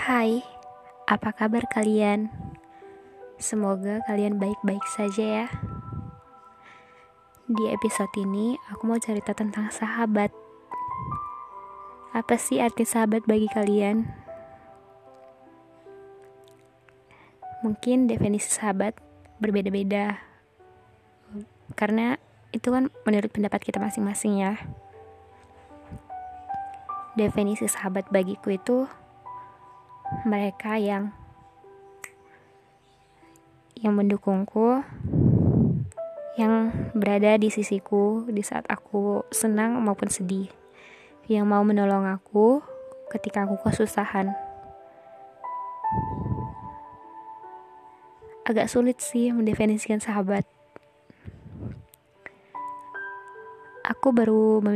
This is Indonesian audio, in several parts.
Hai, apa kabar kalian? Semoga kalian baik-baik saja ya. Di episode ini, aku mau cerita tentang sahabat. Apa sih arti sahabat bagi kalian? Mungkin definisi sahabat berbeda-beda, karena itu kan menurut pendapat kita masing-masing ya. Definisi sahabat bagiku itu mereka yang mendukungku, yang berada di sisiku di saat aku senang maupun sedih, yang mau menolong aku ketika aku kesusahan. Agak sulit sih mendefinisikan sahabat. Aku baru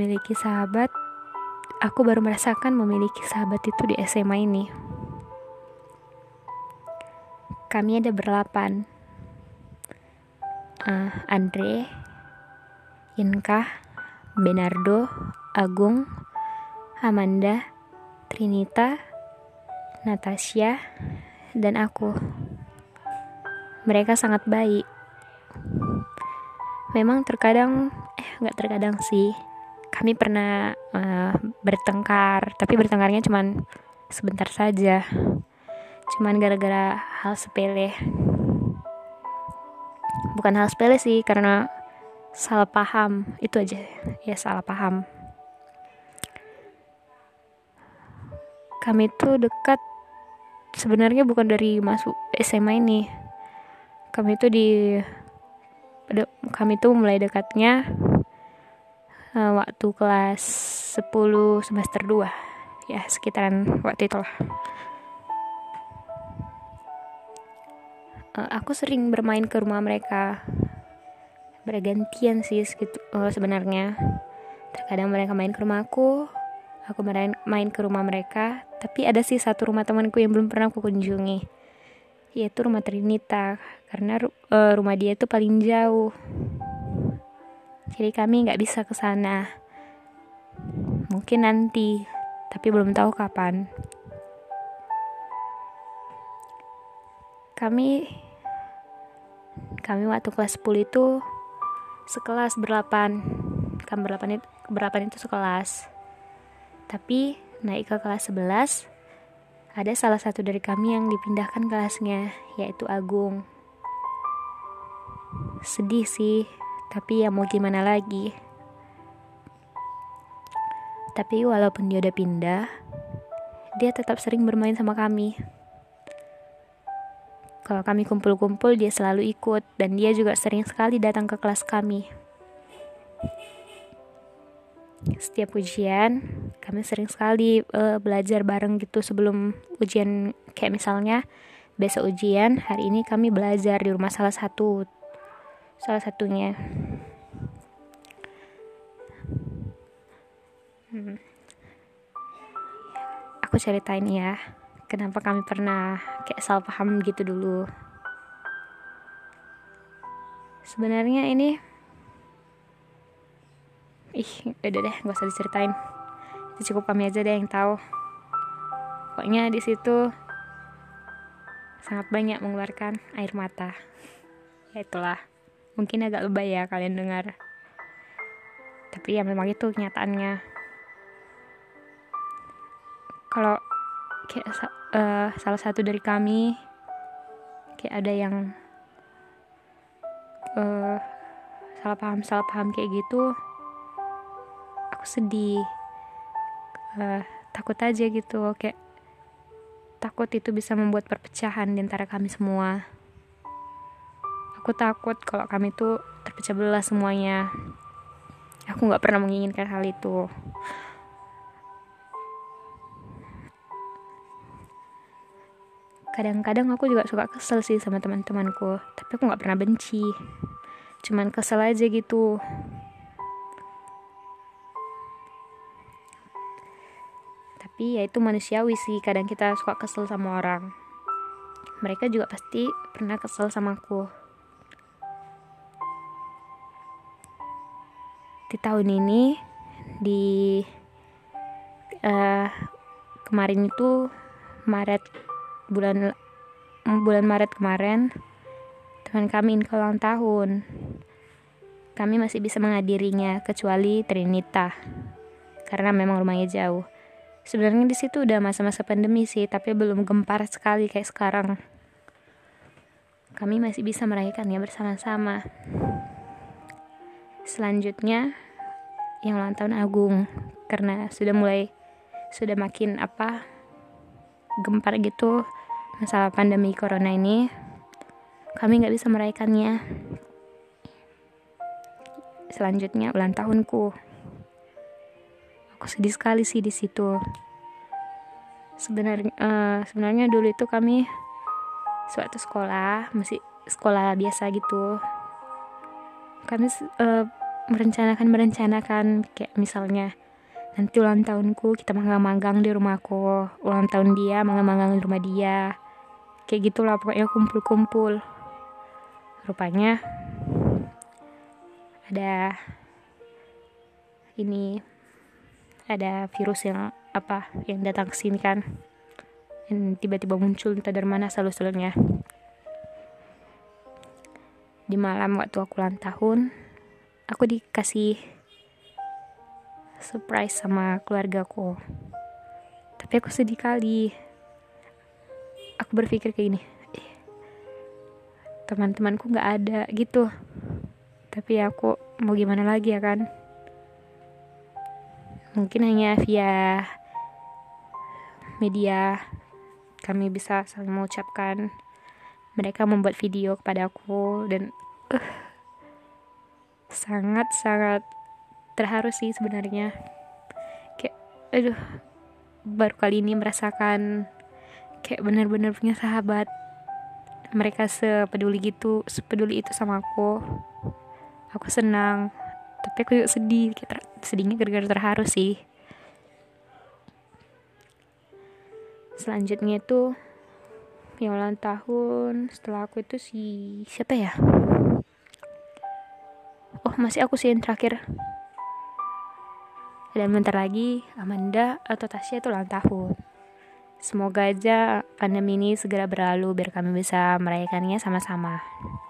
merasakan memiliki sahabat itu di SMA ini. Kami ada berlapan. Andre, Inka, Benardo, Agung, Amanda, Trinita, Natasha, dan aku. Mereka sangat baik. Memang nggak terkadang sih. Kami pernah bertengkar, tapi bertengkarnya cuman sebentar saja. Cuman gara-gara hal sepele. Bukan hal sepele sih, karena salah paham. Itu aja, ya salah paham. Kami tuh dekat sebenarnya bukan dari masuk SMA ini. Kami tuh mulai dekatnya waktu kelas 10 semester 2. Ya, sekitaran waktu itulah. Aku sering bermain ke rumah mereka. Bergantian sih sebenarnya. Terkadang mereka main ke rumahku, aku main ke rumah mereka. Tapi ada sih satu rumah temanku yang belum pernah aku kunjungi, yaitu rumah Trinita, karena rumah dia itu paling jauh. Jadi kami nggak bisa ke sana. Mungkin nanti, tapi belum tahu kapan. Kami waktu kelas 10 itu sekelas berlapan. Kami berlapan itu sekelas. Tapi naik ke kelas 11, ada salah satu dari kami yang dipindahkan kelasnya, yaitu Agung. Sedih sih, tapi ya mau gimana lagi. Tapi walaupun dia udah pindah, dia tetap sering bermain sama kami. Kalau kami kumpul-kumpul, dia selalu ikut, dan dia juga sering sekali datang ke kelas kami. Setiap ujian, kami sering sekali belajar bareng gitu sebelum ujian. Kayak misalnya, besok ujian, hari ini kami belajar di rumah salah satunya. Aku ceritain ya, kenapa kami pernah kayak salah paham gitu dulu. Sebenarnya ini udah deh, gak usah diceritain. Itu cukup kami aja deh yang tahu. Pokoknya di situ sangat banyak mengeluarkan air mata. Ya itulah, mungkin agak lebay ya kalian dengar, tapi ya memang itu kenyataannya. Kalau kayak salah satu dari kami kayak ada yang salah paham kayak gitu, aku sedih, takut aja gitu, kayak takut itu bisa membuat perpecahan di antara kami semua. Aku takut kalau kami tuh terpecah belah semuanya. Aku gak pernah menginginkan hal itu. Kadang-kadang aku juga suka kesel sih sama teman-temanku, tapi aku gak pernah benci. Cuman kesel aja gitu. Tapi ya itu manusiawi sih, kadang kita suka kesel sama orang. Mereka juga pasti pernah kesel sama aku. Di tahun ini, kemarin itu bulan Maret kemarin teman kami info ulang tahun. Kami masih bisa menghadirinya kecuali Trinita karena memang rumahnya jauh. Sebenarnya di situ udah masa-masa pandemi sih, tapi belum gempar sekali kayak sekarang. Kami masih bisa merayakannya bersama-sama. Selanjutnya yang ulang tahun Agung, karena sudah makin gempar gitu masalah pandemi corona ini, kami nggak bisa merayakannya. Selanjutnya ulang tahunku, aku sedih sekali sih di situ. Sebenarnya dulu itu kami suatu sekolah, masih sekolah biasa gitu. Kami merencanakan kayak misalnya nanti ulang tahunku kita magang-magang di rumahku, ulang tahun dia magang-magang di rumah dia, kayak gitulah pokoknya kumpul-kumpul. Rupanya ada virus yang datang ke sini kan, yang tiba-tiba muncul entah dari mana asal-usulnya. Di malam waktu aku ulang tahun, aku dikasih surprise sama keluargaku. Tapi aku sedih kali. Aku berpikir kayak gini, teman-temanku gak ada gitu. Tapi aku mau gimana lagi ya kan. Mungkin hanya via media kami bisa saling mengucapkan. Mereka membuat video kepada aku dan sangat-sangat terharu sih sebenarnya. Kayak baru kali ini merasakan kayak benar-benar punya sahabat. Mereka sepeduli itu sama aku. Aku senang, tapi aku juga sedih. Sedihnya gara-gara terharu sih. Selanjutnya itu yang ulang tahun setelah aku itu siapa ya? Masih aku sih yang terakhir. Dan bentar lagi Amanda atau Tasya itu ulang tahun. Semoga aja pandemi ini segera berlalu biar kami bisa merayakannya sama-sama.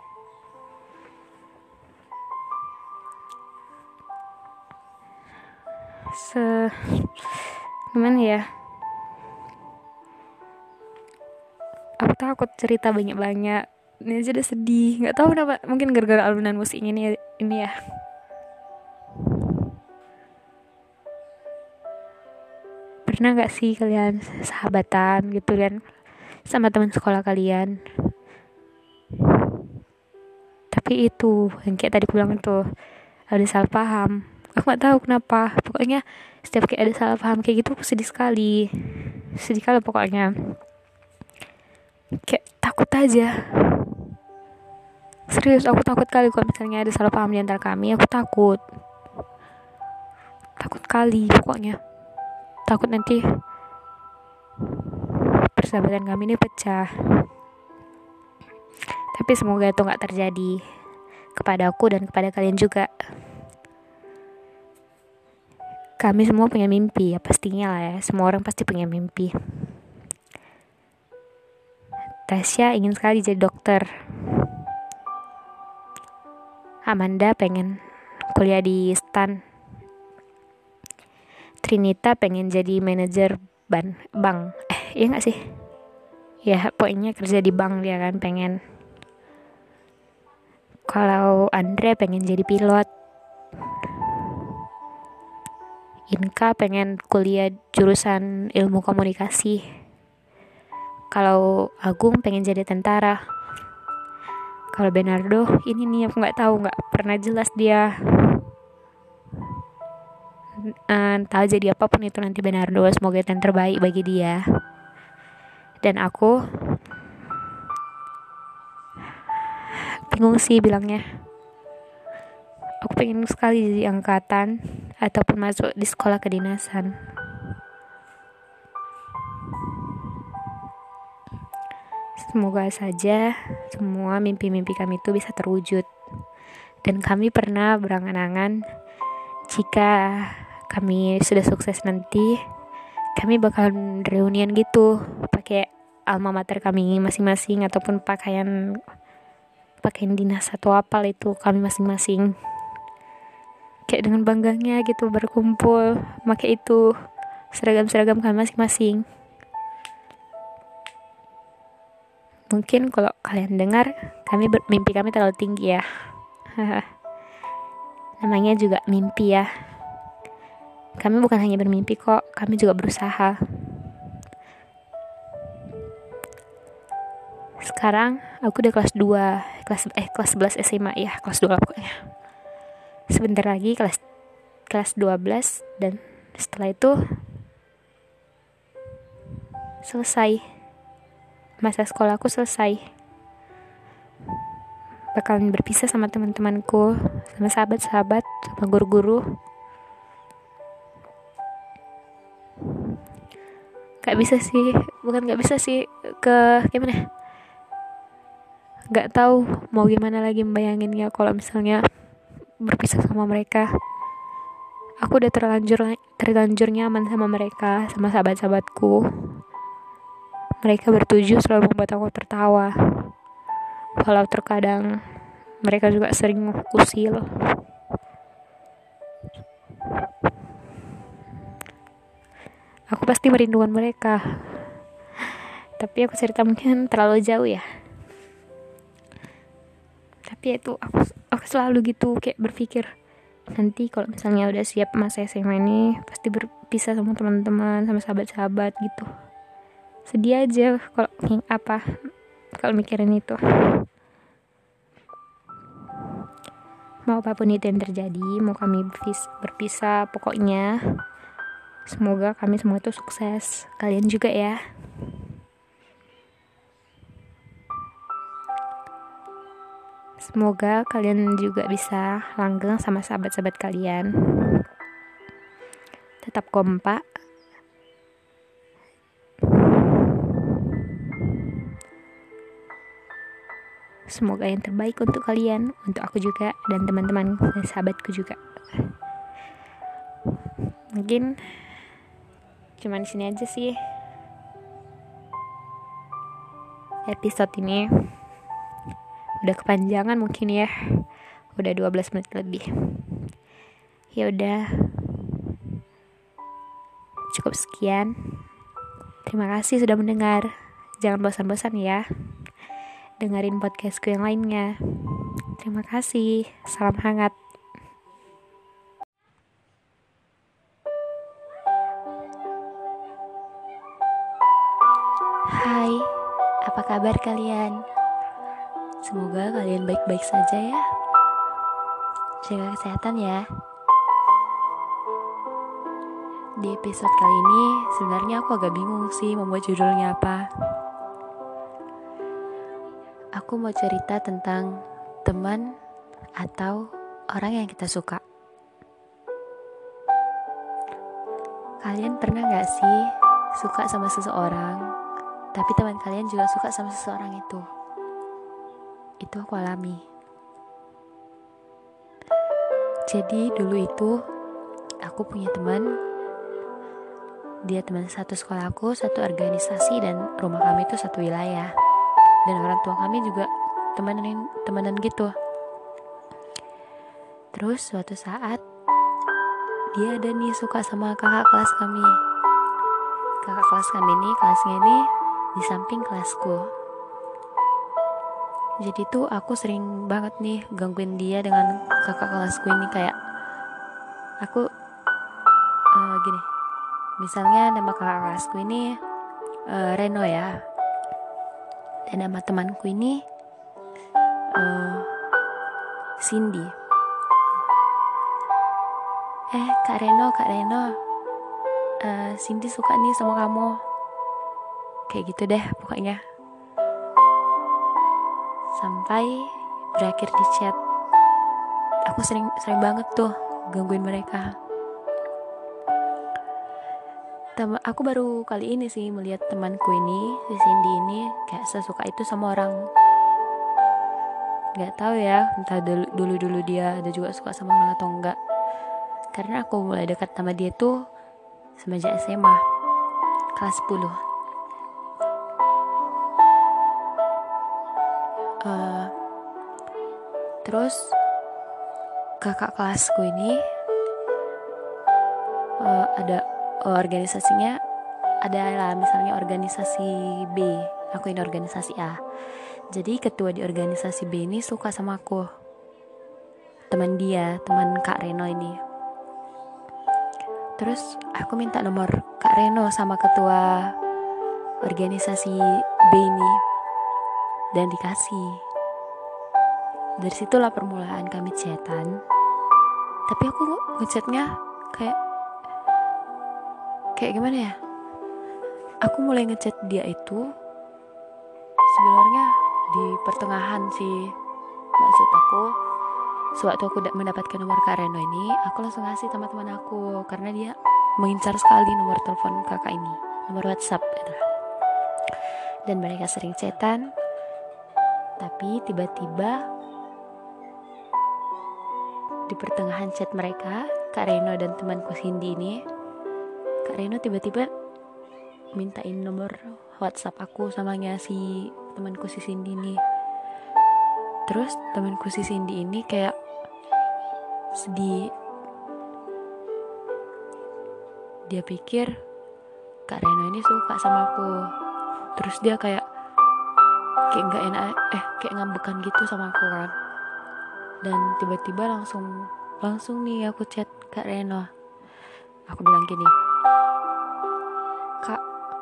Gimana ya? Aku takut cerita banyak-banyak. Ini aja udah sedih. Nggak tahu kenapa. Mungkin gara-gara alunan musik ini ya. Pernah nggak sih kalian sahabatan gitu kan sama teman sekolah kalian? Tapi itu yang kayak tadi aku bilang itu ada salah paham. Aku nggak tahu kenapa. Pokoknya setiap kayak ada salah paham kayak gitu aku sedih sekali pokoknya. Kayak takut aja. Serius, aku takut kali kalau misalnya ada salah paham di antara kami. Aku takut kali pokoknya. Takut nanti persahabatan kami ini pecah. Tapi semoga itu gak terjadi kepada aku dan kepada kalian juga. Kami semua punya mimpi, ya pastinya lah ya. Semua orang pasti punya mimpi. Tasya ingin sekali jadi dokter. Amanda pengen kuliah di STAN. Trinita pengen jadi manajer bank. Iya gak sih? Ya pokoknya kerja di bank dia kan pengen. Kalau Andre pengen jadi pilot. Inka pengen kuliah jurusan ilmu komunikasi. Kalau Agung pengen jadi tentara. Kalau Bernardo ini nih aku nggak pernah jelas dia. Tahu jadi apapun itu nanti Bernardo, semoga yang terbaik bagi dia. Dan aku bingung sih bilangnya. Aku pengen sekali jadi angkatan ataupun masuk di sekolah kedinasan. Semoga saja semua mimpi-mimpi kami itu bisa terwujud. Dan kami pernah berangan-angan jika kami sudah sukses nanti, kami bakalan reunian gitu pakai alma mater kami masing-masing ataupun pakaian dinas atau apa itu kami masing-masing, kayak dengan bangganya gitu berkumpul pakai itu seragam kami masing-masing. Mungkin kalau kalian dengar mimpi kami terlalu tinggi ya. Namanya juga mimpi ya. Kami bukan hanya bermimpi kok, kami juga berusaha. Sekarang aku udah kelas 2, kelas 11 SMA ya, kelas 2 lah pokoknya. Sebentar lagi kelas 12 dan setelah itu selesai. Masa sekolahku selesai. Bakalan berpisah sama teman-temanku, sama sahabat-sahabat, sama guru-guru. Gak bisa sih ke gimana? Gak tahu mau gimana lagi membayanginnya kalau misalnya berpisah sama mereka. Aku udah terlanjur nyaman sama mereka, sama sahabat-sahabatku. Mereka bertujuh selalu membuat aku tertawa. Walau terkadang mereka juga sering usil. Aku pasti merindukan mereka. Tapi aku cerita mungkin terlalu jauh ya. Tapi itu aku selalu gitu kayak berpikir nanti kalau misalnya udah siap masa SMA ini pasti berpisah sama teman-teman, sama sahabat-sahabat gitu. Sedih aja kalau mikirin itu. Mau apapun itu yang terjadi, mau kami berpisah, pokoknya semoga kami semua itu sukses. Kalian juga ya. Semoga kalian juga bisa langgeng sama sahabat-sahabat kalian. Tetap kompak. Semoga yang terbaik untuk kalian, untuk aku juga, dan teman-teman dan sahabatku juga. Mungkin cuman di sini aja sih episode ini. Udah kepanjangan mungkin ya. Udah 12 menit lebih. Ya udah. Cukup sekian. Terima kasih sudah mendengar. Jangan bosan-bosan ya. Dengerin podcastku yang lainnya. Terima kasih. Salam hangat. Hai, apa kabar kalian? Semoga kalian baik-baik saja ya. Jaga kesehatan ya. Di episode kali ini sebenarnya aku agak bingung sih membuat judulnya apa. Aku mau cerita tentang teman atau orang yang kita suka. Kalian pernah gak sih suka sama seseorang, tapi teman kalian juga suka sama seseorang itu? Itu aku alami. Jadi dulu itu aku punya teman. Dia teman satu sekolah aku, satu organisasi, dan rumah kami itu satu wilayah. Dan orang tua kami juga temenan gitu. Terus suatu saat dia ada nih suka sama kakak kelas kami. Kakak kelas kami ini, kelasnya ini di samping kelasku. Jadi tuh aku sering banget nih gangguin dia dengan kakak kelasku ini. Kayak aku gini, misalnya nama kakak kelasku ini Reno ya, dan nama temanku ini Cindy. Kak Reno, Cindy suka nih sama kamu. Kayak gitu deh pokoknya. Sampai berakhir di chat. Aku sering banget tuh gangguin mereka. Aku baru kali ini sih melihat temanku ini, si Cindy ini, kayak sesuka itu sama orang. Gak tahu ya, entah dulu dia ada juga suka sama orang atau enggak. Karena aku mulai dekat sama dia tuh semenjak SMA. kelas 10. Terus kakak kelasku ini ada organisasinya, adalah misalnya organisasi B, aku ini organisasi A. Jadi ketua di organisasi B ini suka sama aku, teman Kak Reno ini. Terus aku minta nomor Kak Reno sama ketua organisasi B ini, dan dikasih. Dari situlah permulaan kami chatan. Tapi aku ngechatnya kayak gimana ya? Aku mulai ngechat dia itu sebenarnya di pertengahan sih. Maksud aku, sewaktu aku mendapatkan nomor Kak Reno ini, aku langsung ngasih teman-teman aku, karena dia mengincar sekali nomor telepon kakak ini, nomor WhatsApp gitu. Dan mereka sering chatan. Tapi tiba-tiba di pertengahan chat mereka, Kak Reno dan temanku Cindy ini, Kak Reno tiba-tiba mintain nomor WhatsApp aku samanya si temanku si Cindy ini. Terus temanku si Cindy ini kayak sedih. Dia pikir Kak Reno ini suka sama aku. Terus dia kayak nggak enak, kayak ngambekan gitu sama aku kan. Dan tiba-tiba langsung nih aku chat Kak Reno. Aku bilang gini, Kak,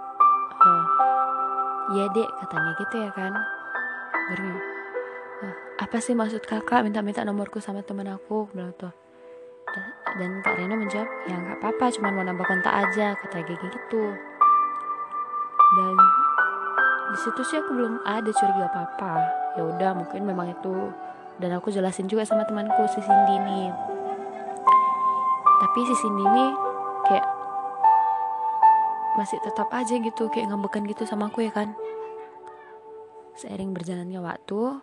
ya dek, katanya gitu ya kan. Baru, apa sih maksud kakak minta-minta nomorku sama teman aku, bilang tuh. Dan Kak Reno menjawab, ya nggak apa-apa, cuma mau nambah kontak aja, kata gitu. Dan di situ sih aku belum ada curiga apa-apa. Ya udah, mungkin memang itu. Dan aku jelasin juga sama temanku si Cindy ini. Tapi si Cindy ini kayak masih tetap aja gitu, kayak ngambekan gitu sama aku ya kan. Seiring berjalannya waktu,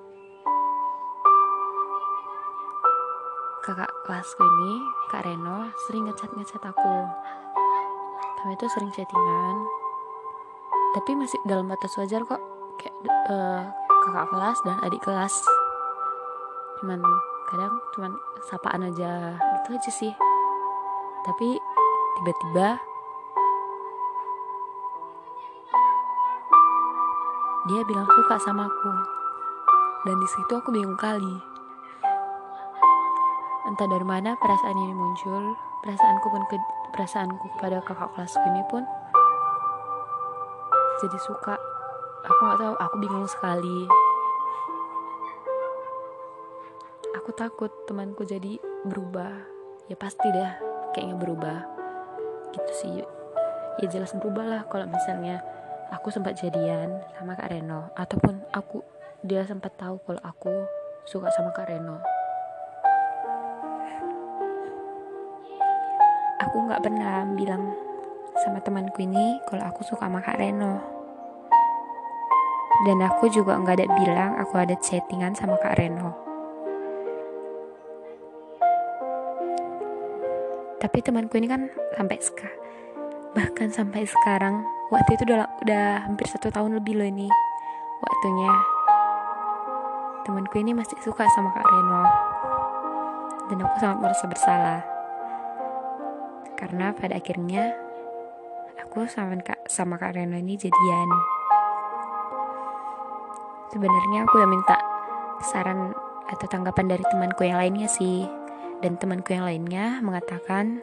kakak kelasku ini, Kak Reno, sering ngechat aku. Kami tuh sering chattingan, tapi masih dalam batas wajar kok. Kayak kakak kelas dan adik kelas, kadang cuman sapaan aja gitu aja sih. Tapi tiba-tiba dia bilang suka sama aku, dan di situ aku bingung kali. Entah dari mana perasaan ini muncul. Perasaanku kepada kakak kelasku ini pun jadi suka. Aku nggak tahu, aku bingung sekali. Aku takut temanku jadi berubah. Ya pasti deh, kayaknya berubah gitu sih. Ya jelas berubah lah kalau misalnya aku sempat jadian sama Kak Reno, ataupun dia sempat tahu kalau aku suka sama Kak Reno. Aku nggak pernah bilang sama temanku ini kalau aku suka sama Kak Reno. Dan aku juga nggak ada bilang aku ada chattingan sama Kak Reno. Tapi temanku ini kan bahkan sampai sekarang, waktu itu udah hampir 1 tahun lebih loh ini waktunya, temanku ini masih suka sama Kak Reno. Dan aku sangat merasa bersalah, karena pada akhirnya aku sama Kak Reno ini jadian. Sebenarnya aku udah minta saran atau tanggapan dari temanku yang lainnya sih. Dan temanku yang lainnya mengatakan,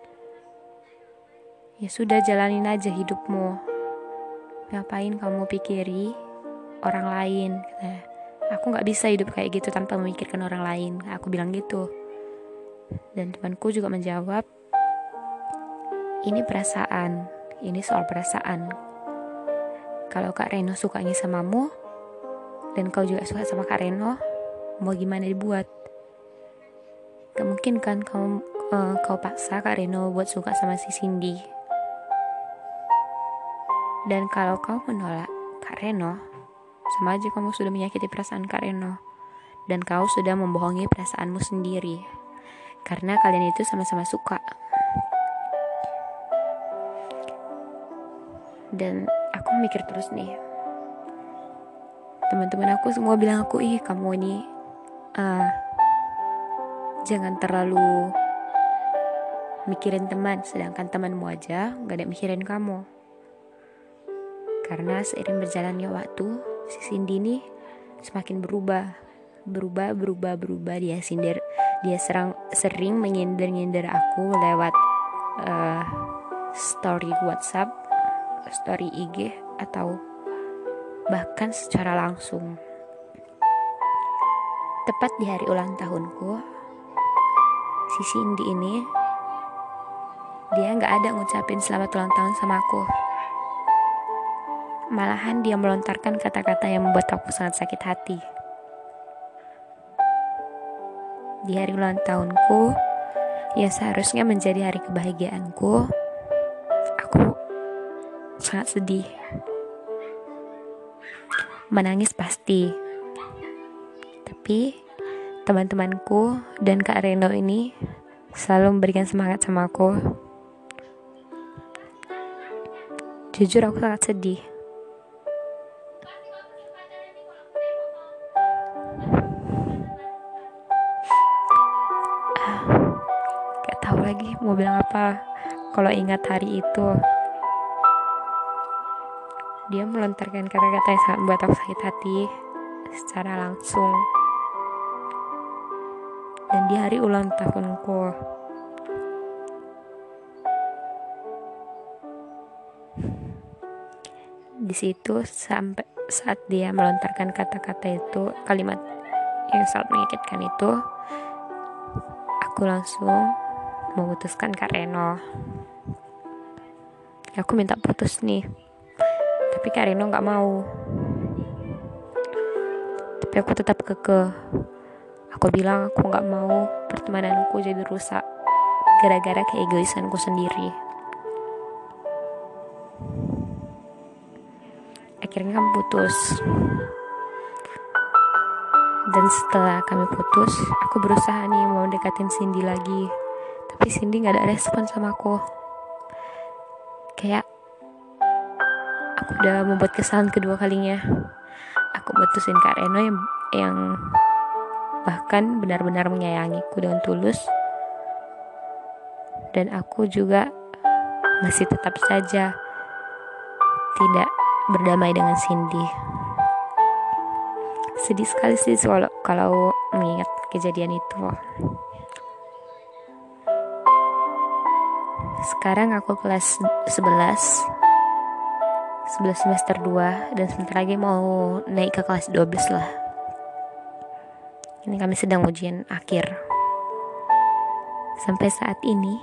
ya sudah, jalanin aja hidupmu. Ngapain kamu pikiri orang lain? Aku gak bisa hidup kayak gitu tanpa memikirkan orang lain. Aku bilang gitu. Dan temanku juga menjawab, ini perasaan. Ini soal perasaan. Kalau Kak Reno sukanya samamu, dan kau juga suka sama Kak Reno, mau gimana dibuat? Gak mungkin kan kau paksa Kak Reno buat suka sama si Cindy. Dan kalau kau menolak Kak Reno, sama aja kamu sudah menyakiti perasaan Kak Reno. Dan kau sudah membohongi perasaanmu sendiri, karena kalian itu sama-sama suka. Dan aku mikir terus nih, teman-teman aku semua bilang aku, ih kamu ini jangan terlalu mikirin teman, sedangkan temanmu aja gak ada mikirin kamu. Karena seiring berjalannya waktu, si Cindy nih semakin berubah. Dia sering menyindir aku lewat story WhatsApp, story IG, atau bahkan secara langsung. Tepat di hari ulang tahunku, si Cindy ini dia gak ada ngucapin selamat ulang tahun sama aku. Malahan dia melontarkan kata-kata yang membuat aku sangat sakit hati. Di hari ulang tahunku, yang seharusnya menjadi hari kebahagiaanku, aku sangat sedih. Menangis pasti. Tapi teman-temanku dan Kak Reno ini selalu memberikan semangat sama aku. Jujur aku sangat sedih. Gak tahu lagi mau bilang apa kalau ingat hari itu. Dia melontarkan kata-kata yang sangat membuat aku sakit hati secara langsung. Dan di hari ulang tahunku, di situ sampai saat dia melontarkan kata-kata itu, kalimat yang sangat menyakitkan itu, aku langsung memutuskan Kak Reno. Aku minta putus nih, tapi Kak Reno gak mau. Tapi aku tetap kekeh. Aku bilang aku gak mau pertemananku jadi rusak gara-gara keegoisanku sendiri. Akhirnya kami putus. Dan setelah kami putus, aku berusaha nih mau dekatin Cindy lagi. Tapi Cindy gak ada respon sama aku. Kayak aku udah membuat kesalahan kedua kalinya. Aku mutusin Kak Reno yang bahkan benar-benar menyayangiku dengan tulus. Dan aku juga masih tetap saja tidak berdamai dengan Cindy. Sedih sekali sih kalau mengingat kejadian itu. Sekarang aku kelas 11 semester 2 dan sebentar lagi mau naik ke kelas 12 lah. Ini kami sedang ujian akhir. Sampai saat ini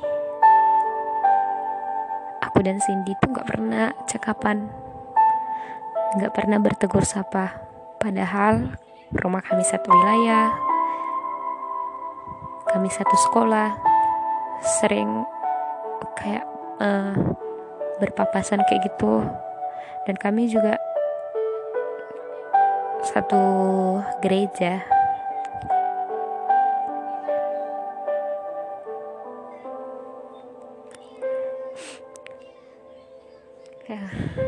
aku dan Cindy tuh gak pernah cakapan, gak pernah bertegur sapa. Padahal rumah kami satu wilayah, kami satu sekolah, sering kayak berpapasan kayak gitu. Dan kami juga satu gereja. Ya.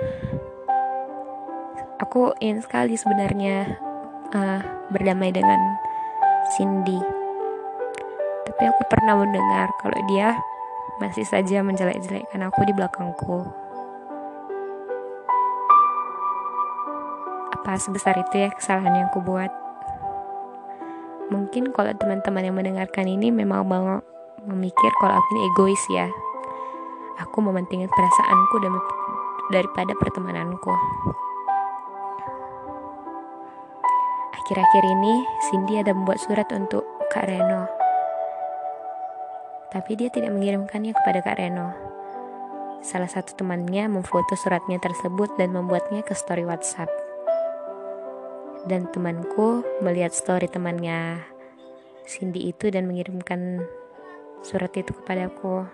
Aku ingin sekali sebenarnya berdamai dengan Cindy. Tapi aku pernah mendengar kalau dia masih saja menjelek-jelekkan aku di belakangku. Apa sebesar itu ya kesalahan yang aku buat? Mungkin kalau teman-teman yang mendengarkan ini memang mau memikir kalau aku ini egois ya. Aku mementingkan perasaanku daripada pertemananku. Akhir-akhir ini Cindy ada membuat surat untuk Kak Reno. Tapi dia tidak mengirimkannya kepada Kak Reno. Salah satu temannya memfoto suratnya tersebut dan membuatnya ke story WhatsApp. Dan temanku melihat story temannya Cindy itu dan mengirimkan surat itu kepadaku.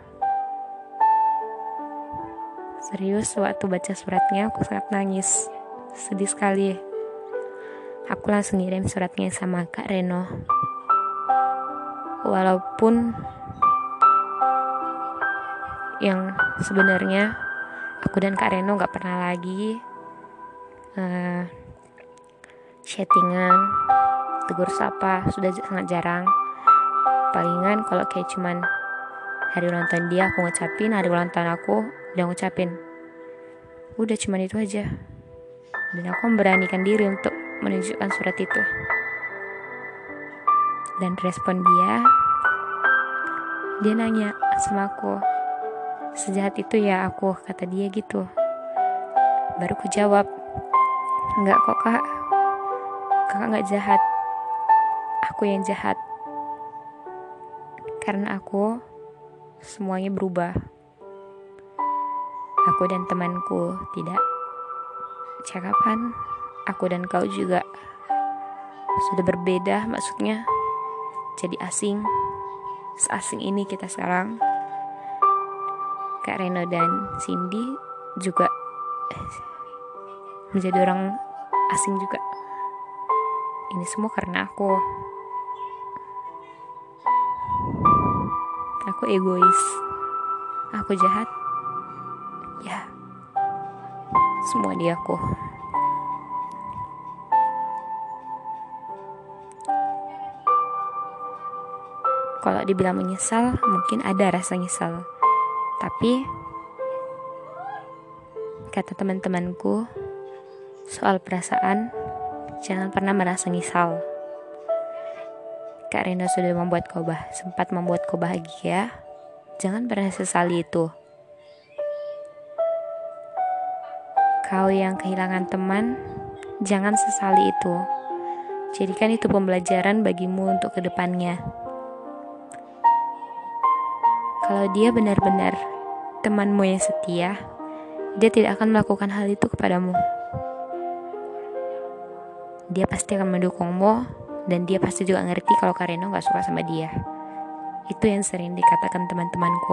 Serius, waktu baca suratnya aku sangat nangis. Sedih sekali. Aku langsung ngirim suratnya sama Kak Reno. Walaupun yang sebenarnya aku dan Kak Reno gak pernah lagi chattingan, tegur sapa, sudah sangat jarang. Palingan kalau kayak cuman hari ulang tahun dia aku ngucapin, hari ulang tahun aku dia ngucapin, udah cuman itu aja. Dan aku memberanikan diri untuk menunjukkan surat itu. Dan respon dia nanya sama aku, sejahat itu ya aku, kata dia gitu. Baru ku jawab, enggak kok kak, kakak gak jahat, aku yang jahat. Karena aku semuanya berubah. Aku dan temanku tidak cakapan, aku dan kau juga sudah berbeda, maksudnya jadi asing. Seasing ini kita sekarang. Kak Reno dan Cindy juga menjadi orang asing juga. Ini semua karena aku egois, aku jahat, ya semua di aku. Kalau dibilang menyesal, mungkin ada rasa nyesal. Tapi kata teman-temanku, soal perasaan jangan pernah merasa nyesal. Kak Reno sudah sempat membuat kau bahagia, jangan pernah sesali itu. Kau yang kehilangan teman, jangan sesali itu. Jadikan itu pembelajaran bagimu untuk kedepannya. Kalau dia benar-benar temanmu yang setia, dia tidak akan melakukan hal itu kepadamu. Dia pasti akan mendukungmu, dan dia pasti juga ngerti kalau Kak Reno gak suka sama dia. Itu yang sering dikatakan teman-temanku.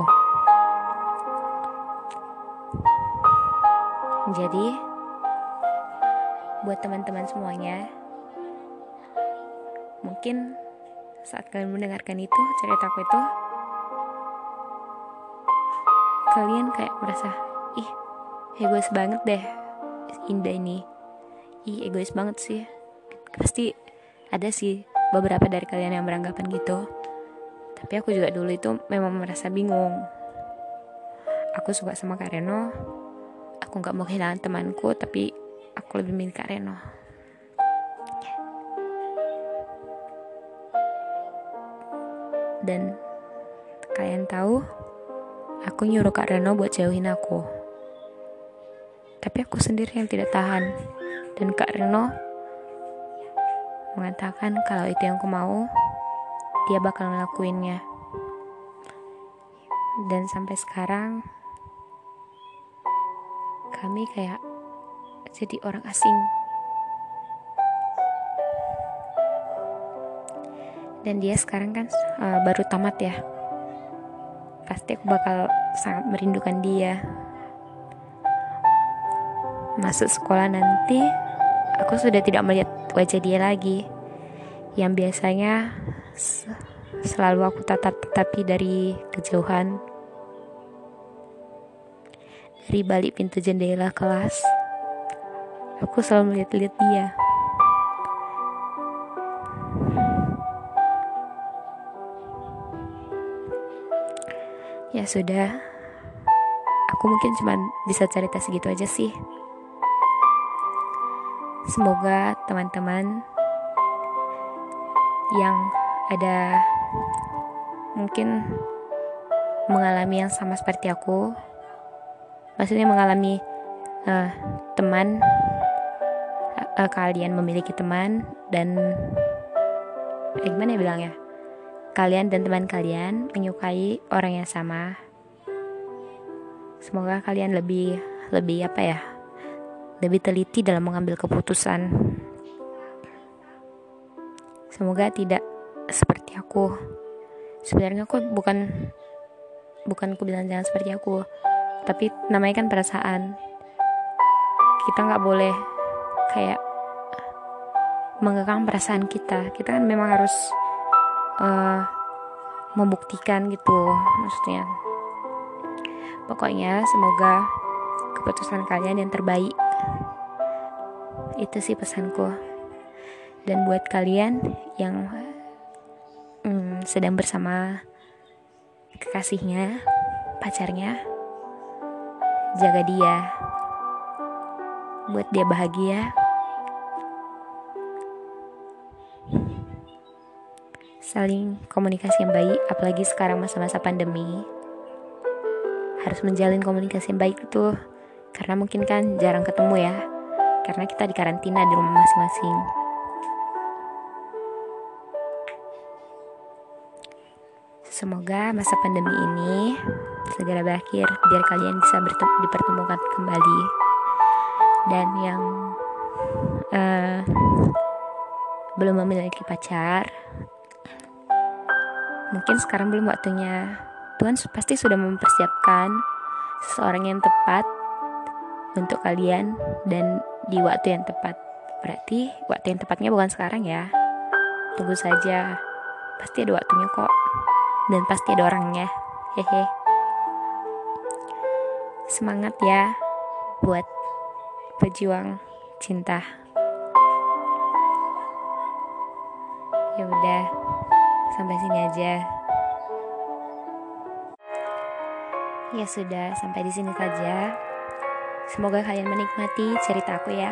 Jadi, buat teman-teman semuanya, mungkin saat kalian mendengarkan itu, ceritaku itu, kalian kayak merasa, ih, egois banget deh Indah ini. Ih, egois banget sih. Pasti ada sih beberapa dari kalian yang beranggapan gitu. Tapi aku juga dulu itu memang merasa bingung. Aku suka sama Kak Reno, aku gak mau kehilangan temanku, tapi aku lebih milih Kak Reno. Dan kalian tahu, aku nyuruh Kak Reno buat jauhin aku, tapi aku sendiri yang tidak tahan. Dan Kak Reno mengatakan kalau itu yang aku mau, dia bakal ngelakuinnya. Dan sampai sekarang kami kayak jadi orang asing. Dan dia sekarang kan baru tamat ya. Pasti aku bakal sangat merindukan dia. Masuk sekolah nanti, aku sudah tidak melihat wajah dia lagi. Yang biasanya selalu aku tatapi dari kejauhan. Dari balik pintu jendela kelas, aku selalu melihat-lihat dia. Ya sudah, aku mungkin cuma bisa cerita segitu aja sih. Semoga teman-teman yang ada mungkin mengalami yang sama seperti aku, maksudnya mengalami teman, kalian memiliki teman dan gimana ya bilangnya, kalian dan teman kalian menyukai orang yang sama. Semoga kalian lebih lebih teliti dalam mengambil keputusan. Semoga tidak seperti aku. Sebenarnya aku bukan aku bilang jangan seperti aku, tapi namanya kan perasaan. Kita nggak boleh kayak mengekang perasaan kita. Kita kan memang harus membuktikan gitu, maksudnya. Pokoknya semoga keputusan kalian yang terbaik. Itu sih pesanku. Dan buat kalian yang sedang bersama kekasihnya, pacarnya, jaga dia, buat dia bahagia. Saling komunikasi yang baik, apalagi sekarang masa-masa pandemi. Harus menjalin komunikasi yang baik itu, karena mungkin kan jarang ketemu ya, karena kita di karantina di rumah masing-masing. Semoga masa pandemi ini segera berakhir, biar kalian bisa dipertemukan kembali. Dan yang belum memiliki pacar, mungkin sekarang belum waktunya. Tuhan pasti sudah mempersiapkan seseorang yang tepat untuk kalian dan di waktu yang tepat. Berarti waktu yang tepatnya bukan sekarang ya. Tunggu saja, pasti ada waktunya kok. Dan pasti ada orangnya. Hehe. Semangat ya buat pejuang cinta. Ya udah, sampai sini aja. Ya sudah, sampai di sini saja. Semoga kalian menikmati ceritaku ya.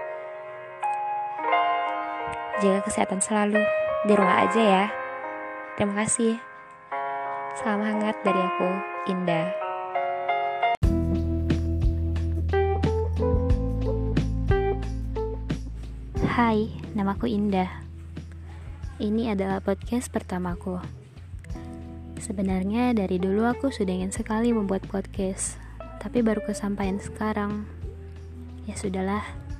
Jaga kesehatan selalu. Di rumah aja ya. Terima kasih. Salam hangat dari aku, Indah. Hai, namaku Indah. Ini adalah podcast pertamaku. Sebenarnya dari dulu aku sudah ingin sekali membuat podcast, tapi baru kesampaian sekarang. Ya sudahlah.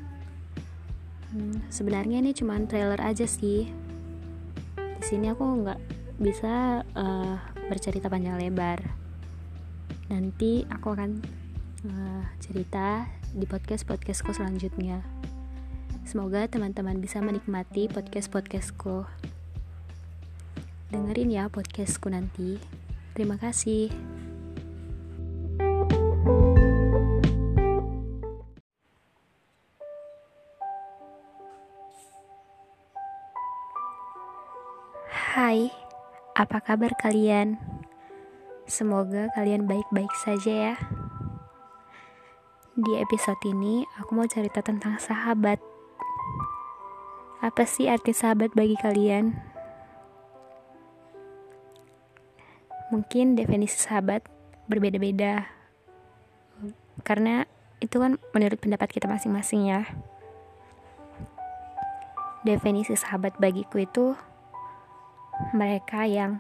Sebenarnya ini cuma trailer aja sih. Di sini aku nggak bisa bercerita panjang lebar. Nanti aku akan cerita di podcastku selanjutnya. Semoga teman-teman bisa menikmati podcastku. Dengerin ya podcastku nanti. Terima kasih. Hai, apa kabar kalian? Semoga kalian baik-baik saja ya. Di episode ini aku mau cerita tentang sahabat. Apa sih arti sahabat bagi kalian? Mungkin definisi sahabat berbeda-beda, karena itu kan menurut pendapat kita masing-masing ya. Definisi sahabat bagiku itu mereka yang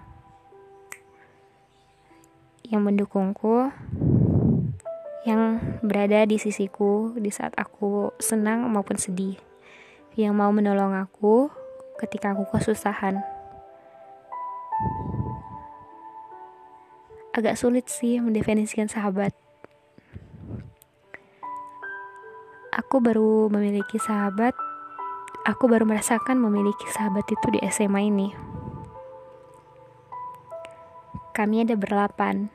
mendukungku, yang berada di sisiku di saat aku senang maupun sedih, yang mau menolong aku ketika aku kesusahan. Agak sulit sih mendefinisikan sahabat. Aku baru merasakan memiliki sahabat itu di SMA ini. Kami ada berlapan.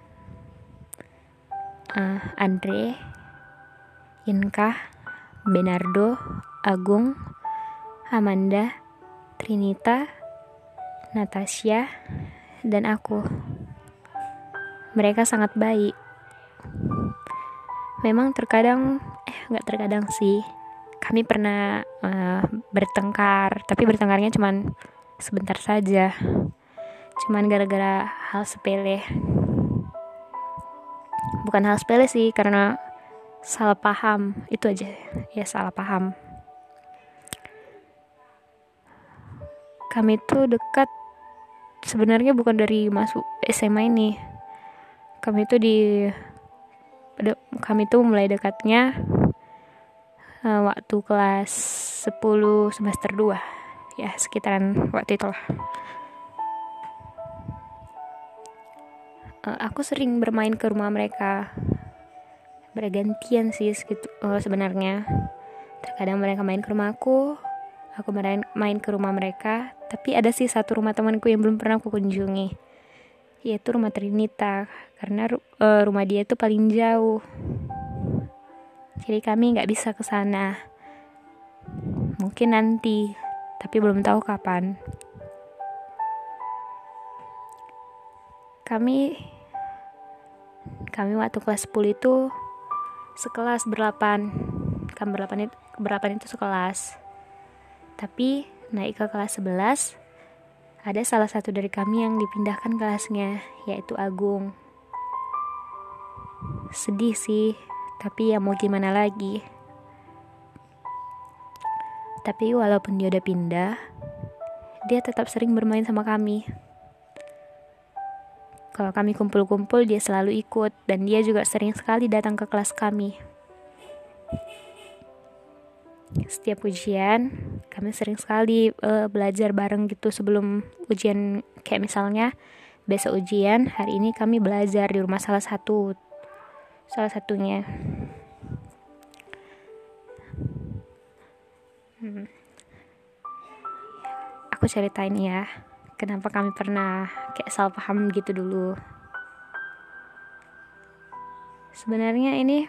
Andre, Inka, Benardo, Agung, Amanda, Trinita, Natasha, dan aku. Mereka sangat baik. Memang gak terkadang sih. Kami pernah bertengkar, tapi bertengkarnya cuman sebentar saja. Cuman gara-gara hal sepele. Bukan hal sepele sih, karena salah paham. Itu aja, ya salah paham. Kami tuh dekat sebenarnya bukan dari masuk SMA ini. Kami tuh mulai dekatnya waktu kelas 10 semester 2. Ya, sekitaran waktu itulah. Aku sering bermain ke rumah mereka. Bergantian sih sebenarnya. Terkadang mereka main ke rumahku, aku main ke rumah mereka. Tapi ada sih satu rumah temanku yang belum pernah aku kunjungi, yaitu rumah Trinita, karena rumah dia itu paling jauh. Jadi kami nggak bisa ke sana. Mungkin nanti, tapi belum tahu kapan. Kami waktu kelas 10 itu sekelas berlapan. Kami berlapan itu sekelas. Tapi naik ke kelas 11, ada salah satu dari kami yang dipindahkan kelasnya, yaitu Agung. Sedih sih, tapi ya mau gimana lagi. Tapi walaupun dia udah pindah, dia tetap sering bermain sama kami. Kalau kami kumpul-kumpul, dia selalu ikut, dan dia juga sering sekali datang ke kelas kami. Setiap ujian, kami sering sekali belajar bareng gitu sebelum ujian. Kayak misalnya, besok ujian, hari ini kami belajar di rumah salah satunya. Aku ceritain ya, kenapa kami pernah kayak salah paham gitu dulu. Sebenarnya ini,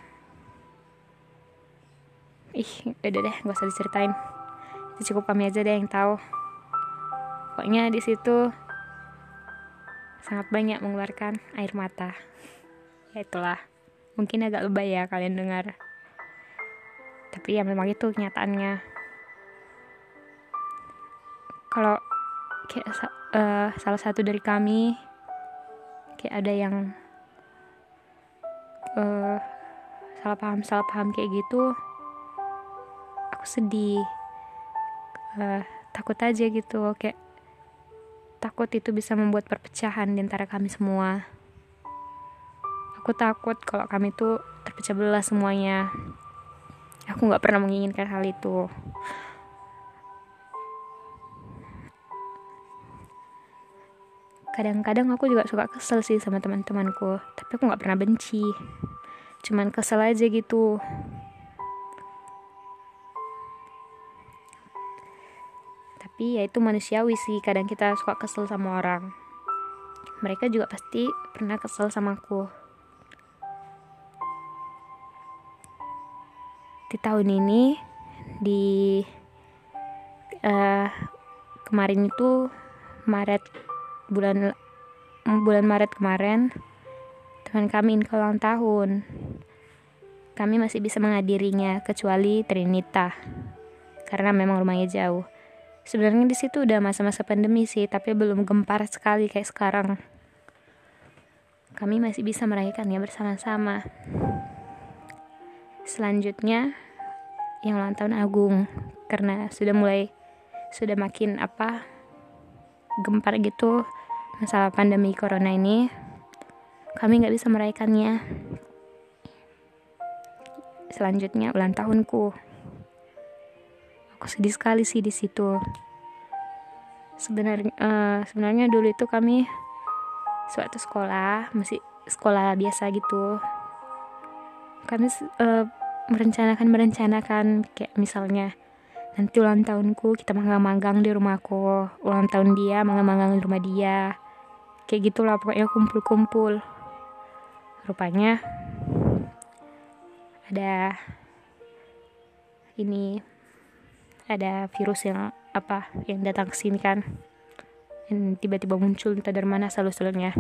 udah deh, gak usah diceritain. Itu cukup kami aja deh yang tahu. Pokoknya di situ sangat banyak mengeluarkan air mata. Ya itulah, mungkin agak lebay ya kalian dengar. Tapi ya memang itu kenyataannya. Kalau kayak salah satu dari kami kayak ada yang salah paham kayak gitu, aku sedih, takut aja gitu, kayak takut itu bisa membuat perpecahan di antara kami semua. Aku takut kalau kami tuh terpecah belah semuanya. Aku gak pernah menginginkan hal itu. Kadang-kadang aku juga suka kesel sih sama teman-temanku, tapi aku gak pernah benci. Cuman kesel aja gitu. Tapi ya itu manusiawi sih, kadang kita suka kesel sama orang. Mereka juga pasti pernah kesel sama aku. Di tahun ini, di kemarin itu bulan Maret kemarin, teman kami ulang tahun. Kami masih bisa menghadirinya kecuali Trinita, karena memang rumahnya jauh. Sebenarnya di situ udah masa-masa pandemi sih, tapi belum gempar sekali kayak sekarang. Kami masih bisa merayakannya bersama-sama. Selanjutnya yang ulang tahun Agung, karena sudah makin gempar gitu masalah pandemi corona ini, kami nggak bisa merayakannya. Selanjutnya ulang tahunku, aku sedih sekali sih di situ. Sebenarnya dulu itu kami suatu sekolah, masih sekolah biasa gitu. Kami merencanakan kayak misalnya nanti ulang tahunku kita magang-magang di rumahku, ulang tahun dia magang-magang di rumah dia, kayak gitulah pokoknya kumpul-kumpul. Rupanya ada virus yang datang ke sini kan, yang tiba-tiba muncul entah dari mana asal-usulnya.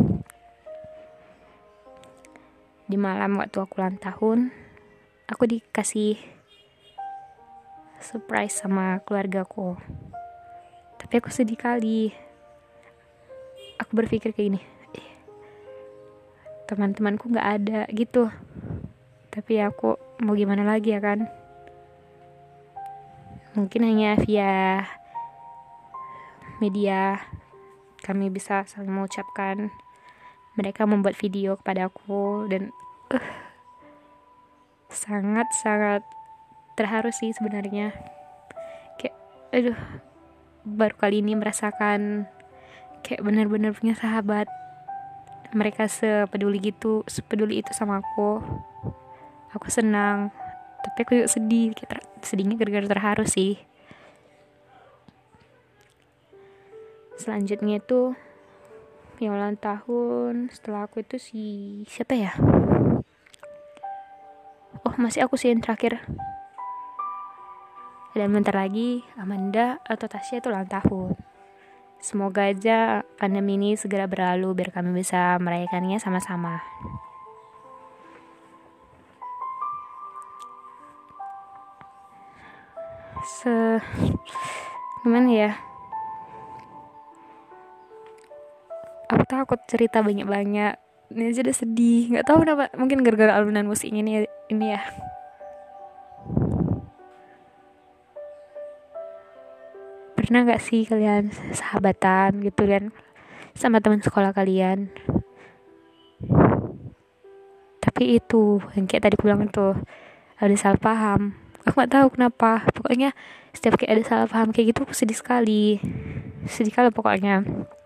Di malam waktu aku ulang tahun, aku dikasih surprise sama keluargaku. Tapi aku sedih kali. Aku berpikir kayak gini, teman-temanku gak ada gitu. Tapi aku mau gimana lagi ya kan. Mungkin hanya via media kami bisa saling mengucapkan. Mereka membuat video kepada aku dan sangat-sangat terharu sih sebenarnya. Kayak baru kali ini merasakan kayak benar-benar punya sahabat. Mereka sepeduli itu sama aku. Aku senang, tapi aku juga sedih. Sedihnya gara-gara terharu sih. Selanjutnya itu yang ulang tahun setelah aku itu siapa ya? masih aku sih yang terakhir. Dan bentar lagi Amanda atau Tasya itu ulang tahun. Semoga aja pandemi ini segera berlalu biar kami bisa merayakannya sama-sama. Gimana ya? Aku takut cerita banyak-banyak. Ini aja udah sedih. Nggak tahu kenapa. Mungkin gara-gara alunan musik ini ya. Pernah gak sih kalian sahabatan gitu kan sama teman sekolah kalian, tapi itu yang kayak tadi aku bilang itu ada salah paham. Aku gak tahu kenapa, pokoknya setiap kayak ada salah paham kayak gitu aku sedih sekali pokoknya.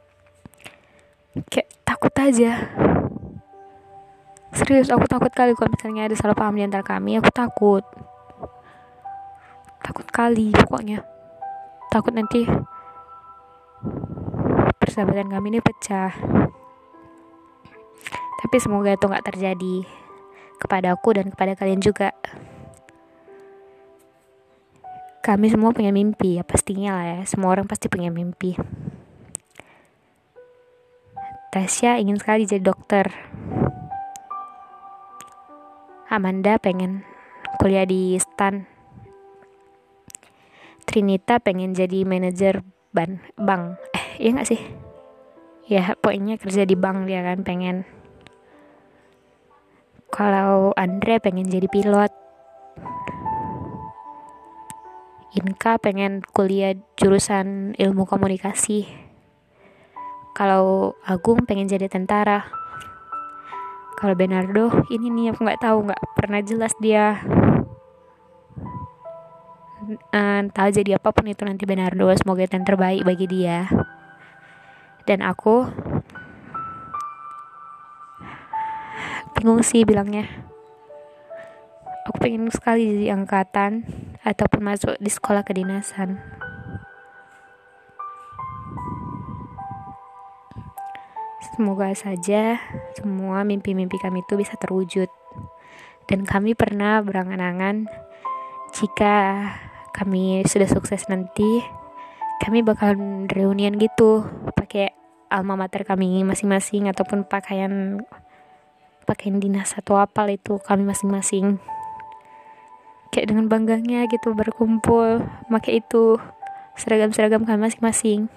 Kayak takut aja, serius aku takut kali kalau misalnya ada salah paham di antara kami. Aku takut kali pokoknya. Takut nanti persahabatan kami ini pecah. Tapi semoga itu gak terjadi kepada aku dan kepada kalian juga. Kami semua punya mimpi, ya pastinya lah ya. Semua orang pasti punya mimpi. Tasya ingin sekali jadi dokter. Amanda pengen kuliah di STAN. Trinita pengen jadi manajer bank. Iya gak sih? Ya pokoknya kerja di bank dia kan pengen. Kalau Andre pengen jadi pilot. Inka pengen kuliah jurusan ilmu komunikasi. Kalau Agung pengen jadi tentara. Kalau Bernardo ini nih aku nggak tahu, nggak pernah jelas dia. Tahu jadi apapun itu nanti Bernardo, semoga yang terbaik bagi dia. Dan aku bingung sih bilangnya. Aku pengen sekali jadi angkatan ataupun masuk di sekolah kedinasan. Semoga saja semua mimpi-mimpi kami itu bisa terwujud. Dan kami pernah berangan-angan jika kami sudah sukses nanti, kami bakalan reunian gitu, pakai alma mater kami masing-masing ataupun pakaian dinas atau apa itu kami masing-masing. Kayak dengan bangganya gitu berkumpul, pakai itu seragam kami masing-masing.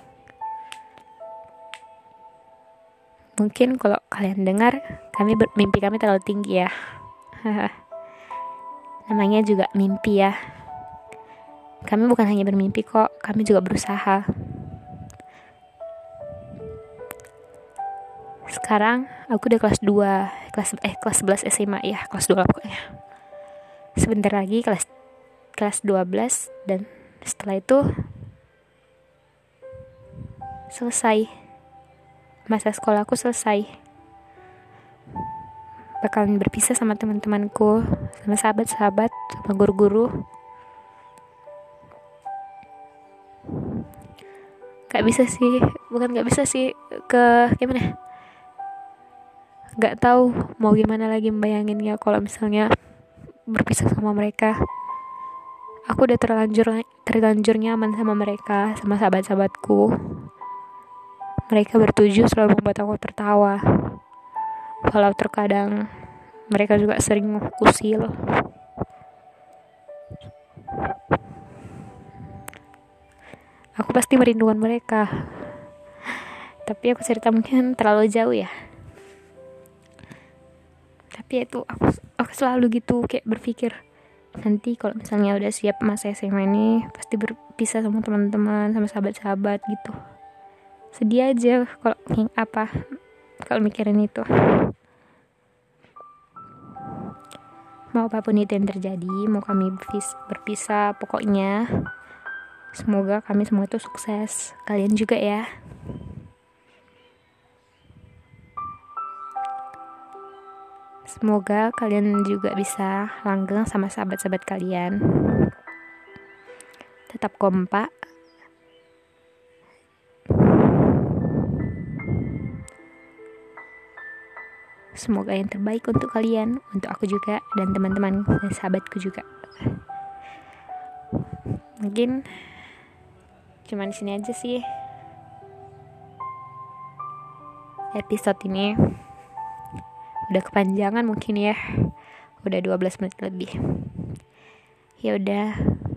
Mungkin kalau kalian dengar, mimpi kami terlalu tinggi ya. Namanya juga mimpi ya. Kami bukan hanya bermimpi kok, kami juga berusaha. Sekarang aku udah kelas 2, kelas 11 SMA ya, kelas 2 lah pokoknya. Sebentar lagi kelas 12 dan setelah itu selesai. Masa sekolahku selesai. Bakalan berpisah sama teman-temanku, sama sahabat-sahabat, sama guru-guru. Gak bisa sih ke gimana? Gak tahu mau gimana lagi membayanginnya kalau misalnya berpisah sama mereka. Aku udah terlanjur nyaman sama mereka, sama sahabat-sahabatku. Mereka bertujuh selalu membuat aku tertawa. Walau terkadang mereka juga sering usil. Aku pasti merindukan mereka. Tapi aku cerita mungkin terlalu jauh ya. Tapi itu aku selalu gitu kayak berpikir nanti kalau misalnya udah siap masa SMA ini pasti berpisah sama teman-teman, sama sahabat-sahabat gitu. Sedih aja kalau mikirin itu. Mau apapun itu yang terjadi, mau kami berpisah, pokoknya semoga kami semua itu sukses. Kalian juga ya. Semoga kalian juga bisa langgeng sama sahabat-sahabat kalian. Tetap kompak. semoga yang terbaik untuk kalian, untuk aku juga, dan teman-teman dan sahabatku juga. Mungkin cuman di sini aja sih episode ini. Udah kepanjangan mungkin ya, udah 12 menit lebih. Ya udah,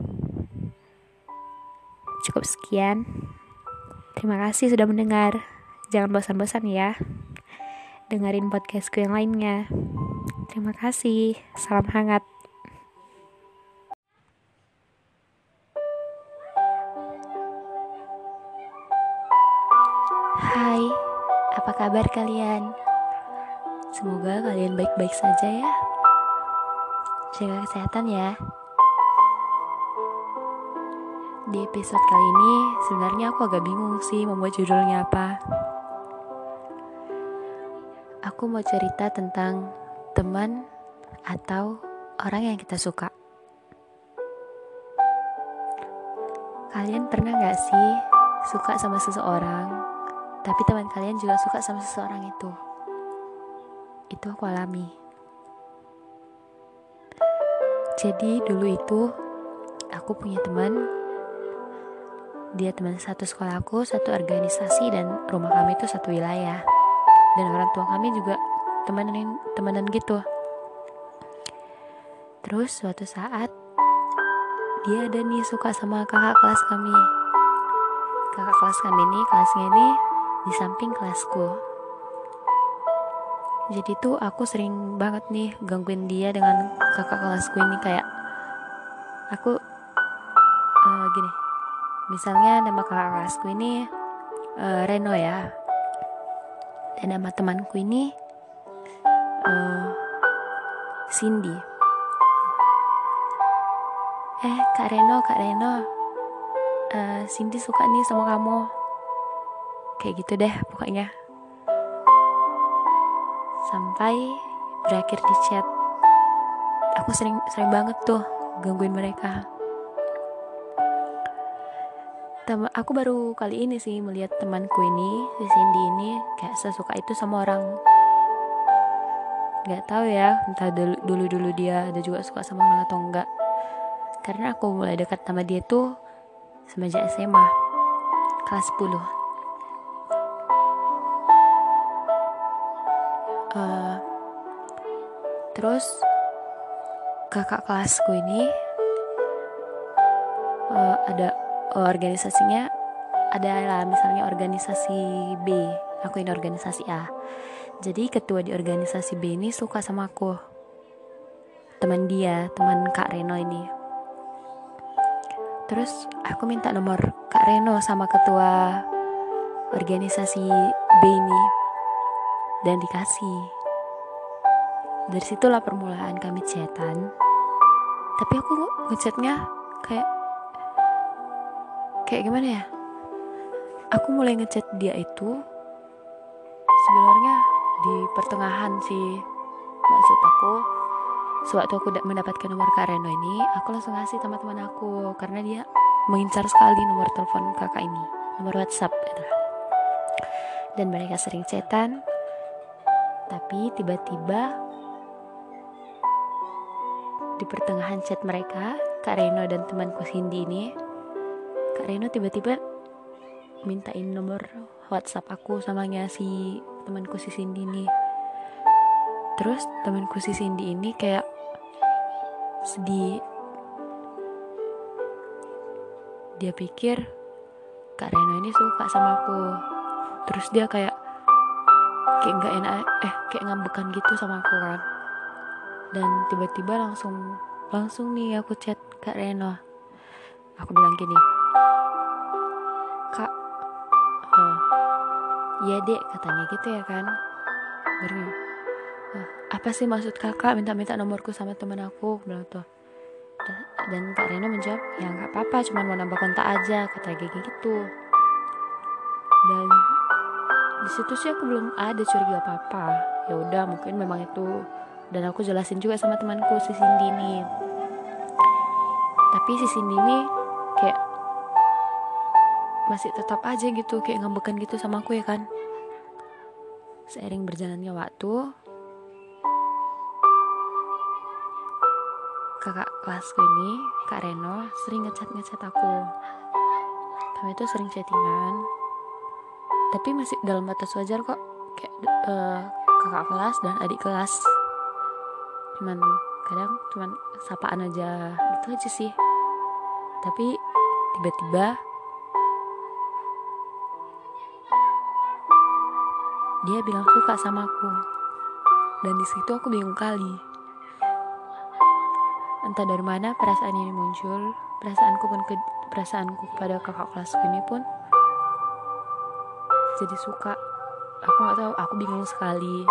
cukup sekian. Terima kasih sudah mendengar. Jangan bosan-bosan ya dengerin podcastku yang lainnya. Terima kasih. Salam hangat. Hai, apa kabar kalian? Semoga kalian baik-baik saja ya. Jaga kesehatan ya. Di episode kali ini sebenarnya aku agak bingung sih membuat judulnya apa. Aku mau cerita tentang teman atau orang yang kita suka. Kalian pernah gak sih suka sama seseorang, tapi teman kalian juga suka sama seseorang itu? Itu aku alami. Jadi dulu itu aku punya teman. Dia teman satu sekolah aku, satu organisasi, dan rumah kami itu satu wilayah. Dan orang tua kami juga temenan gitu. Terus suatu saat dia ada nih suka sama kakak kelas kami. Kakak kelas kami ini, kelasnya ini di samping kelasku. Jadi tuh aku sering banget nih gangguin dia dengan kakak kelasku ini. Kayak aku gini, misalnya nama kakak kelasku ini Reno ya, dan nama temanku ini Cindy. Kak Reno, Cindy suka nih sama kamu. Kayak gitu deh pokoknya. Sampai berakhir di chat. Aku sering banget tuh gangguin mereka. Aku baru kali ini sih melihat temanku ini, si Cindy ini, kayak sesuka itu sama orang. Gak tahu ya, entah dulu dia ada juga suka sama orang atau enggak. Karena aku mulai dekat sama dia tuh semenjak SMA, kelas 10. Terus kakak kelasku ini ada organisasinya, adalah misalnya organisasi B, aku ini organisasi A. Jadi ketua di organisasi B ini suka sama aku, teman Kak Reno ini. Terus aku minta nomor Kak Reno sama ketua organisasi B ini, dan dikasih. Dari situlah permulaan kami chatan. Tapi aku ngechatnya kayak gimana ya? Aku mulai ngechat dia itu sebenarnya di pertengahan sih. Maksud aku, sewaktu aku mendapatkan nomor Kak Reno ini, aku langsung ngasih teman-teman aku, karena dia mengincar sekali nomor telepon kakak ini, nomor WhatsApp gitu. Dan mereka sering chatan. Tapi tiba-tiba di pertengahan chat mereka, Kak Reno dan temanku Cindy ini, Kak Reno tiba-tiba mintain nomor WhatsApp aku samanya si temanku si Cindy ini. Terus temanku si Cindy ini kayak sedih. Dia pikir Kak Reno ini suka sama aku. Terus dia kayak nggak enak, kayak ngambekan gitu sama aku kan. Dan tiba-tiba langsung nih aku chat Kak Reno. Aku bilang gini, Kak, iya dek, katanya gitu ya kan. Baru apa sih maksud kakak minta nomorku sama teman aku, bilang tuh. Dan Kak Reno menjawab, ya nggak apa-apa, cuma mau nambah kontak aja, kata gitu. Dan di situ sih aku belum ada curiga apa-apa. Ya udah, mungkin memang itu. Dan aku jelasin juga sama temanku si Cindy ini. Tapi si Cindy ini kayak masih tetap aja gitu, kayak ngambekan gitu sama aku ya kan. Seiring berjalannya waktu, kakak kelasku ini, Kak Reno, sering ngechat aku. Kami itu sering chattingan, tapi masih dalam batas wajar kok, kayak kakak kelas dan adik kelas. Kadang cuman sapaan aja, gitu aja sih. Tapi tiba-tiba dia bilang suka sama aku, dan di situ aku bingung kali. Entah dari mana perasaan ini muncul. Perasaanku kepada kakak kelasku ini pun jadi suka. Aku nggak tahu, aku bingung sekali.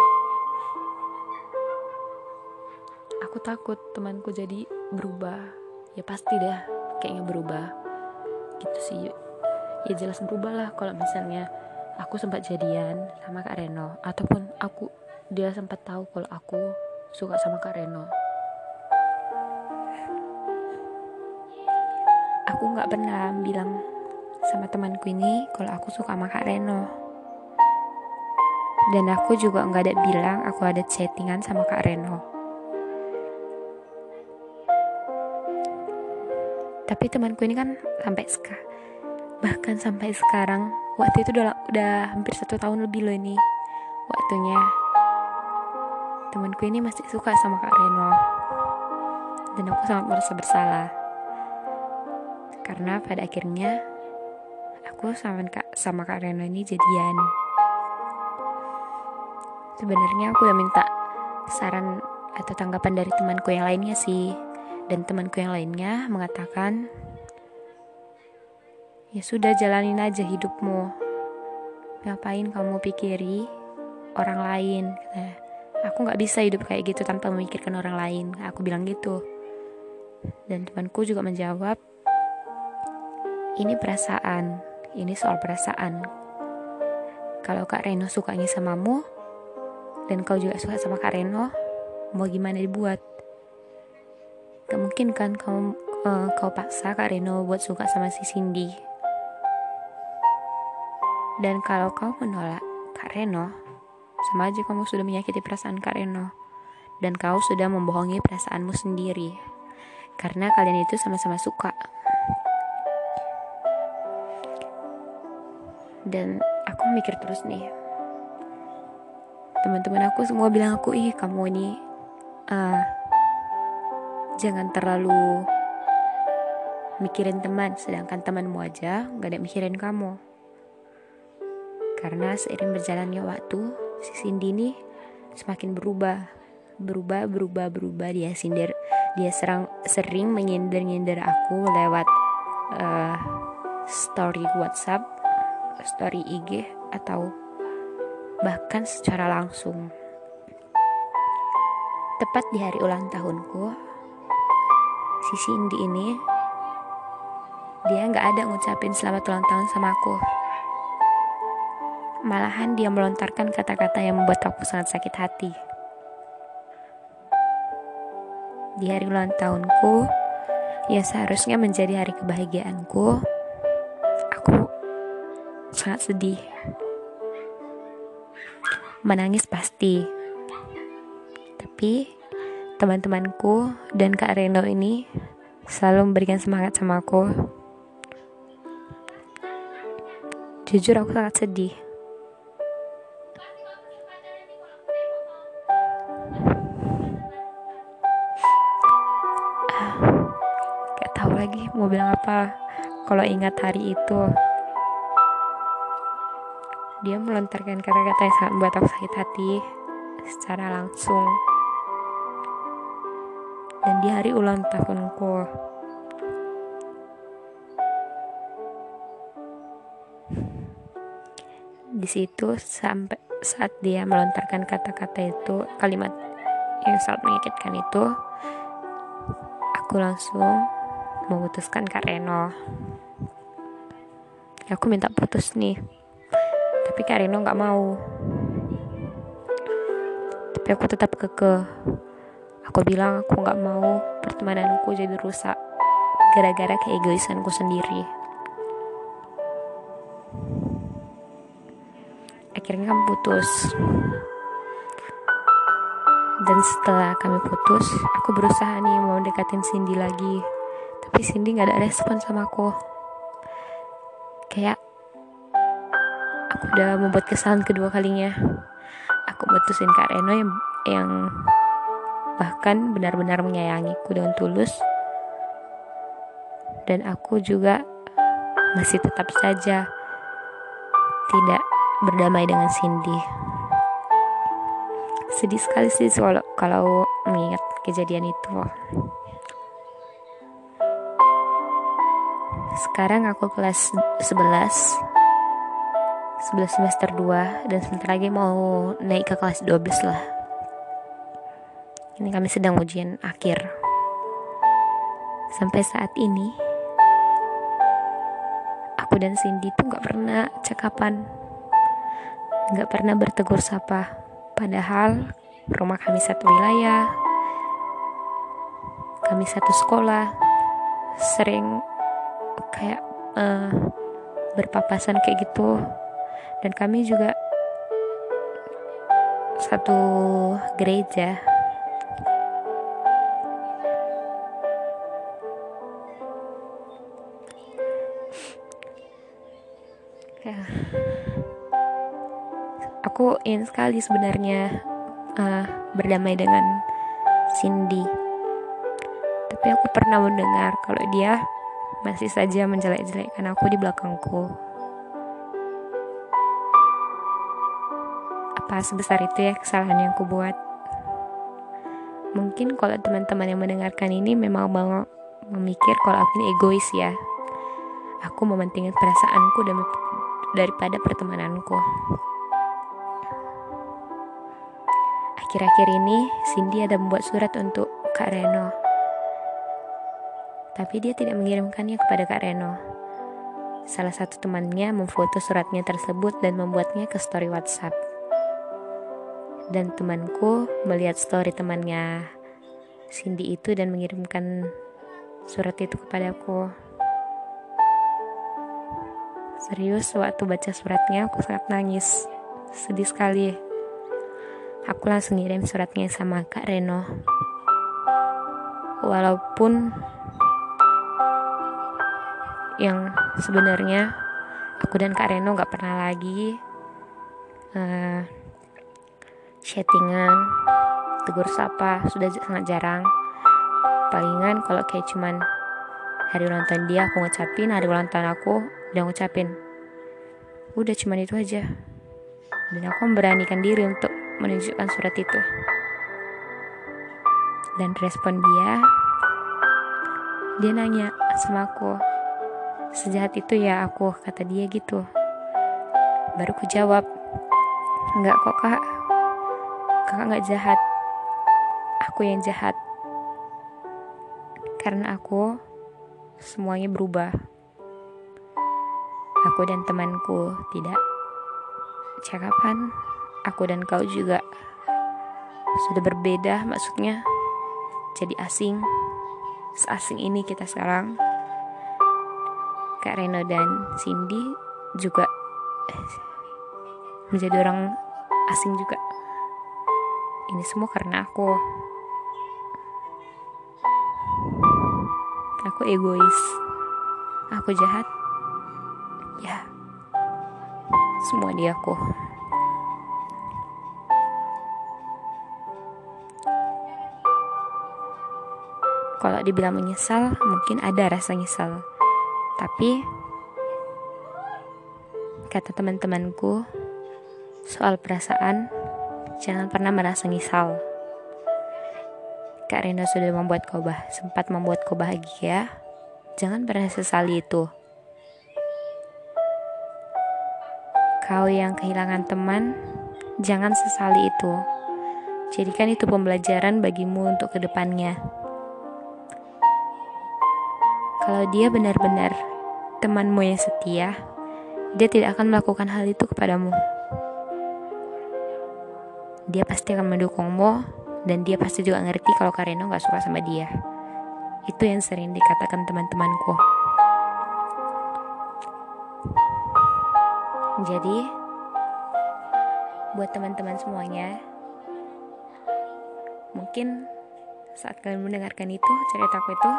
Aku takut temanku jadi berubah. Ya pasti deh, kayaknya berubah. Gitu sih. Ya jelas berubah lah kalau misalnya aku sempat jadian sama Kak Reno, ataupun dia sempat tahu kalau aku suka sama Kak Reno. Aku nggak pernah bilang sama temanku ini kalau aku suka sama Kak Reno. Dan aku juga nggak ada bilang aku ada chattingan sama Kak Reno. Tapi temanku ini kan bahkan sampai sekarang, waktu itu udah hampir 1 tahun lebih loh ini waktunya. Temanku ini masih suka sama Kak Reno. Dan aku sangat merasa bersalah. Karena pada akhirnya aku sama Kak Reno ini jadian. Sebenarnya aku udah minta saran atau tanggapan dari temanku yang lainnya sih. Dan temanku yang lainnya mengatakan, ya sudah, jalanin aja hidupmu. Ngapain kamu pikiri orang lain? Aku gak bisa hidup kayak gitu tanpa memikirkan orang lain. Aku bilang gitu. Dan temanku juga menjawab, ini perasaan. Ini soal perasaan. Kalau Kak Reno sukanya samamu dan kau juga suka sama Kak Reno, mau gimana dibuat? Gak mungkin kan kau paksa Kak Reno buat suka sama si Cindy. Dan kalau kau menolak Kak Reno, sama aja kamu sudah menyakiti perasaan Kak Reno. Dan kau sudah membohongi perasaanmu sendiri. Karena kalian itu sama-sama suka. Dan aku mikir terus nih. Teman-teman aku semua bilang aku, kamu ini jangan terlalu mikirin teman, sedangkan temanmu aja gak ada mikirin kamu. Karena seiring berjalannya waktu, si Cindy ini semakin berubah. Dia sering menyindir aku lewat story WhatsApp, story IG, atau bahkan secara langsung. Tepat di hari ulang tahunku, si Cindy ini, dia gak ada ngucapin selamat ulang tahun sama aku. Malahan dia melontarkan kata-kata yang membuat aku sangat sakit hati. Di hari ulang tahunku, yang seharusnya menjadi hari kebahagiaanku, aku sangat sedih. Menangis pasti. Tapi teman-temanku dan Kak Reno ini selalu memberikan semangat sama aku. Jujur aku sangat sedih. Gak tahu lagi mau bilang apa kalau ingat hari itu. Dia melontarkan kata-kata yang sangat membuat aku sakit hati secara langsung. Dan di hari ulang tahunku, di situ sampai saat dia melontarkan kata-kata itu, kalimat yang sangat menyakitkan itu, aku langsung memutuskan Kak Reno. Aku minta putus nih, tapi Kak Reno gak mau. Tapi aku tetap kekeh. Aku bilang aku gak mau pertemananku jadi rusak gara-gara keegoisanku sendiri. Akhirnya kami putus. Dan setelah kami putus, aku berusaha nih mau dekatin Cindy lagi, tapi Cindy gak ada respon sama aku. Kayak aku udah membuat kesalahan kedua kalinya. Aku mutusin Kak Reno yang bahkan benar-benar menyayangiku dengan tulus. Dan aku juga masih tetap saja tidak berdamai dengan Cindy. Sedih sekali sih kalau mengingat kejadian itu. Sekarang aku kelas 11 semester 2 dan sebentar lagi mau naik ke kelas 12 lah. Ini kami sedang ujian akhir. Sampai saat ini aku dan Cindy tuh gak pernah cakapan, gak pernah bertegur sapa. Padahal rumah kami satu wilayah, kami satu sekolah, sering kayak berpapasan kayak gitu. Dan kami juga satu gereja. Ya. Aku ingin sekali sebenarnya berdamai dengan Cindy, tapi aku pernah mendengar kalau dia masih saja menjelek-jelekkan aku di belakangku. Apa sebesar itu ya kesalahan yang aku buat? Mungkin kalau teman-teman yang mendengarkan ini memang mau memikir kalau aku ini egois ya. Aku mementingkan perasaanku daripada pertemananku. Akhir-akhir ini Cindy ada membuat surat untuk Kak Reno, tapi dia tidak mengirimkannya kepada Kak Reno. Salah satu temannya memfoto suratnya tersebut dan membuatnya ke story WhatsApp. Dan temanku melihat story temannya Cindy itu dan mengirimkan surat itu kepadaku. Serius, waktu baca suratnya aku sangat nangis, sedih sekali. Aku langsung ngirim suratnya sama Kak Reno. Walaupun yang sebenarnya aku dan Kak Reno gak pernah lagi chattingan, tegur sapa, sudah sangat jarang. Palingan kalau kayak cuman hari ulang tahun dia aku ngucapin, hari ulang tahun aku dia ngucapin. Udah cuman itu aja. Dan aku memberanikan diri untuk menunjukkan surat itu. Dan respon dia nanya sama aku, sejahat itu ya aku, kata dia gitu. Baru ku jawab, enggak kok kak, kakak gak jahat, aku yang jahat. Karena aku semuanya berubah. Aku dan temanku tidak cakapan. Aku dan kau juga sudah berbeda, maksudnya jadi asing. Seasing ini kita sekarang. Kak Reno dan Cindy juga menjadi orang asing juga. Ini semua karena aku egois, aku jahat. Ya, semua di aku. Kalau dibilang menyesal, mungkin ada rasa nyesal. Tapi kata teman-temanku, soal perasaan jangan pernah merasa nyesal. Kak Reno sudah sempat membuat kau bahagia. Jangan pernah sesali itu. Kau yang kehilangan teman, jangan sesali itu. Jadikan itu pembelajaran bagimu untuk kedepannya. Kalau dia benar-benar temanmu yang setia, dia tidak akan melakukan hal itu kepadamu. Dia pasti akan mendukungmu, dan dia pasti juga ngerti kalau Kak Reno gak suka sama dia. Itu yang sering dikatakan teman-temanku. Jadi, buat teman-teman semuanya, Mungkin saat kalian mendengarkan itu, ceritaku itu,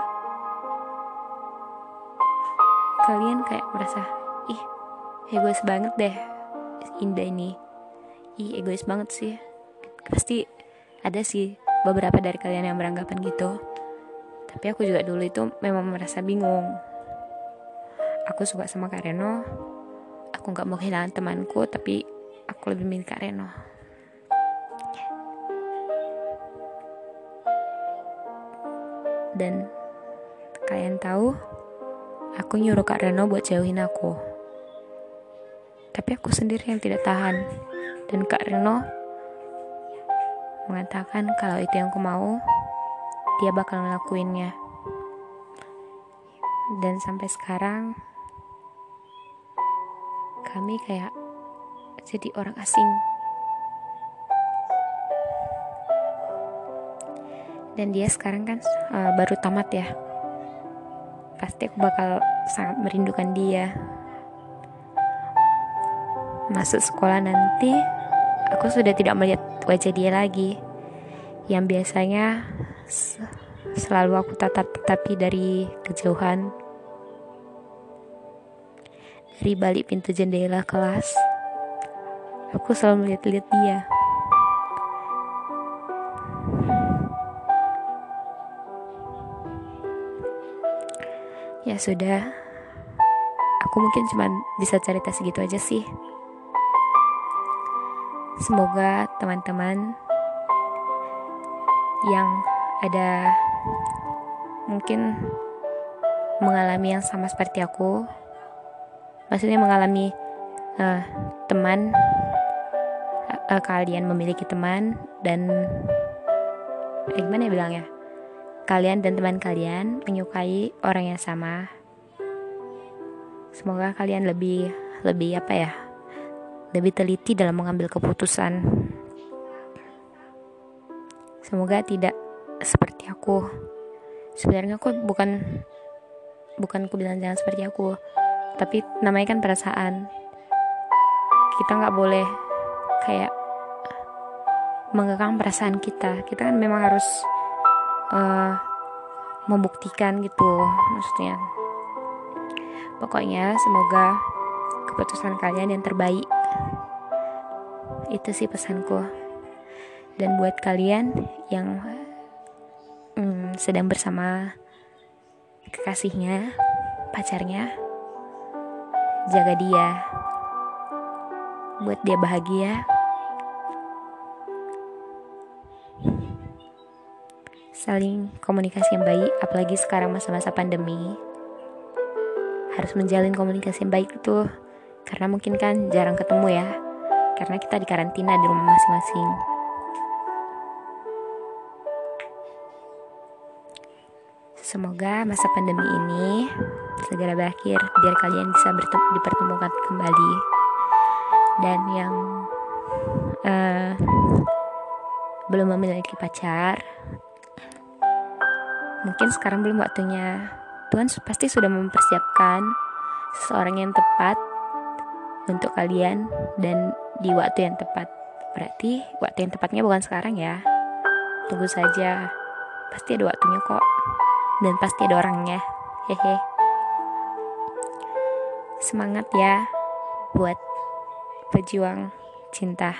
kalian kayak merasa, ih egois banget deh Indah ini, ih egois banget sih. Pasti ada sih beberapa dari kalian yang beranggapan gitu. Tapi aku juga dulu itu memang merasa bingung. Aku suka sama Kak Reno, aku gak mau kehilangan temanku, tapi aku lebih milih Kak Reno. Dan kalian tahu, aku nyuruh Kak Reno buat jauhin aku, tapi aku sendiri yang tidak tahan. Dan Kak Reno mengatakan kalau itu yang aku mau, dia bakal ngelakuinnya. Dan sampai sekarang kami kayak jadi orang asing. Dan dia sekarang kan baru tamat ya. Pasti aku bakal sangat merindukan dia. Masuk sekolah nanti, aku sudah tidak melihat wajah dia lagi. Yang biasanya selalu aku tatapi dari kejauhan, dari balik pintu jendela kelas. Aku selalu melihat-lihat dia. Ya sudah, aku mungkin cuma bisa cerita segitu aja sih. Semoga teman-teman yang ada mungkin mengalami yang sama seperti aku, maksudnya mengalami teman, kalian memiliki teman dan gimana ya bilangnya, kalian dan teman kalian menyukai orang yang sama. Semoga kalian lebih apa ya, lebih teliti dalam mengambil keputusan. Semoga tidak seperti aku. Sebenarnya aku bukan aku bilang jangan seperti aku, tapi namanya kan perasaan. Kita nggak boleh kayak mengekang perasaan kita. Kita kan memang harus membuktikan gitu, maksudnya. Pokoknya semoga keputusan kalian yang terbaik. Itu sih pesanku. Dan buat kalian yang sedang bersama kekasihnya, pacarnya, jaga dia, buat dia bahagia. Saling komunikasi yang baik, apalagi sekarang masa-masa pandemi. Harus menjalin komunikasi yang baik itu, karena mungkin kan jarang ketemu ya, karena kita di karantina di rumah masing-masing. Semoga masa pandemi ini segera berakhir, biar kalian bisa dipertemukan kembali. Dan yang belum memiliki pacar, mungkin sekarang belum waktunya. Tuhan pasti sudah mempersiapkan seseorang yang tepat untuk kalian dan di waktu yang tepat. Berarti waktu yang tepatnya bukan sekarang ya. Tunggu saja, pasti ada waktunya kok. Dan pasti ada orangnya. Hehe. Semangat ya buat pejuang cinta.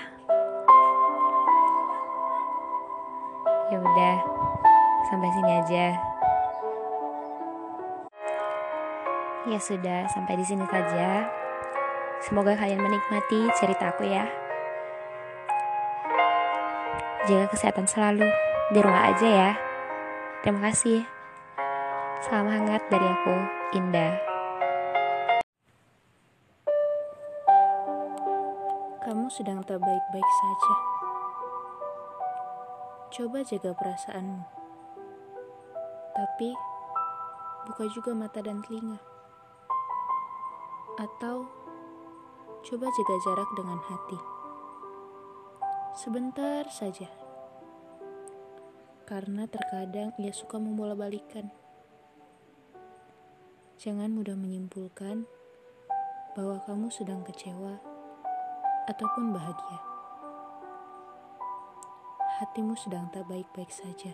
Ya udah, sampai sini aja. Ya sudah, sampai di sini saja. Semoga kalian menikmati cerita aku ya. Jaga kesehatan selalu. Di rumah aja ya. Terima kasih. Salam hangat dari aku, Indah. Kamu sedang tak baik-baik saja. Coba jaga perasaanmu. Tapi buka juga mata dan telinga. Atau coba jaga jarak dengan hati. Sebentar saja. Karena terkadang ia suka membolak-balikan. Jangan mudah menyimpulkan bahwa kamu sedang kecewa ataupun bahagia. hatimu sedang tak baik-baik saja.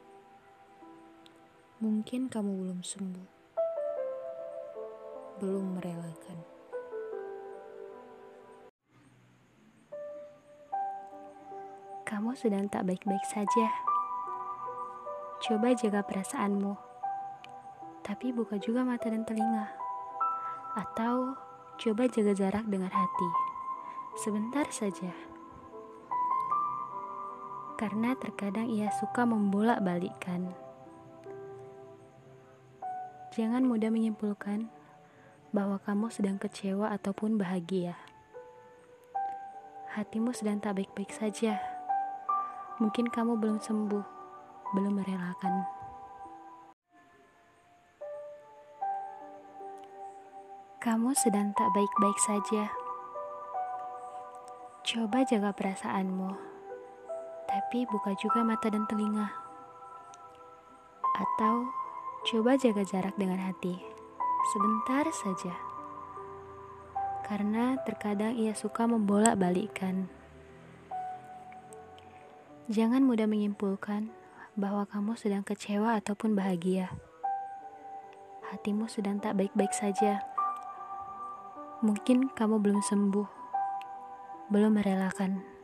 Mungkin kamu belum sembuh, belum merelakan. Kamu sedang tak baik-baik saja. Coba jaga perasaanmu, tapi buka juga mata dan telinga. Atau coba jaga jarak dengan hati, sebentar saja. Karena terkadang ia suka membolak-balikkan. Jangan mudah menyimpulkan bahwa kamu sedang kecewa ataupun bahagia. Hatimu sedang tak baik-baik saja. Mungkin kamu belum sembuh, belum merelakan. Kamu sedang tak baik-baik saja. Coba jaga perasaanmu, tapi buka juga mata dan telinga. Atau coba jaga jarak dengan hati, sebentar saja. Karena terkadang ia suka membolak-balikkan. Jangan mudah menyimpulkan bahwa kamu sedang kecewa ataupun bahagia. Hatimu sedang tak baik-baik saja. Mungkin kamu belum sembuh, belum merelakan.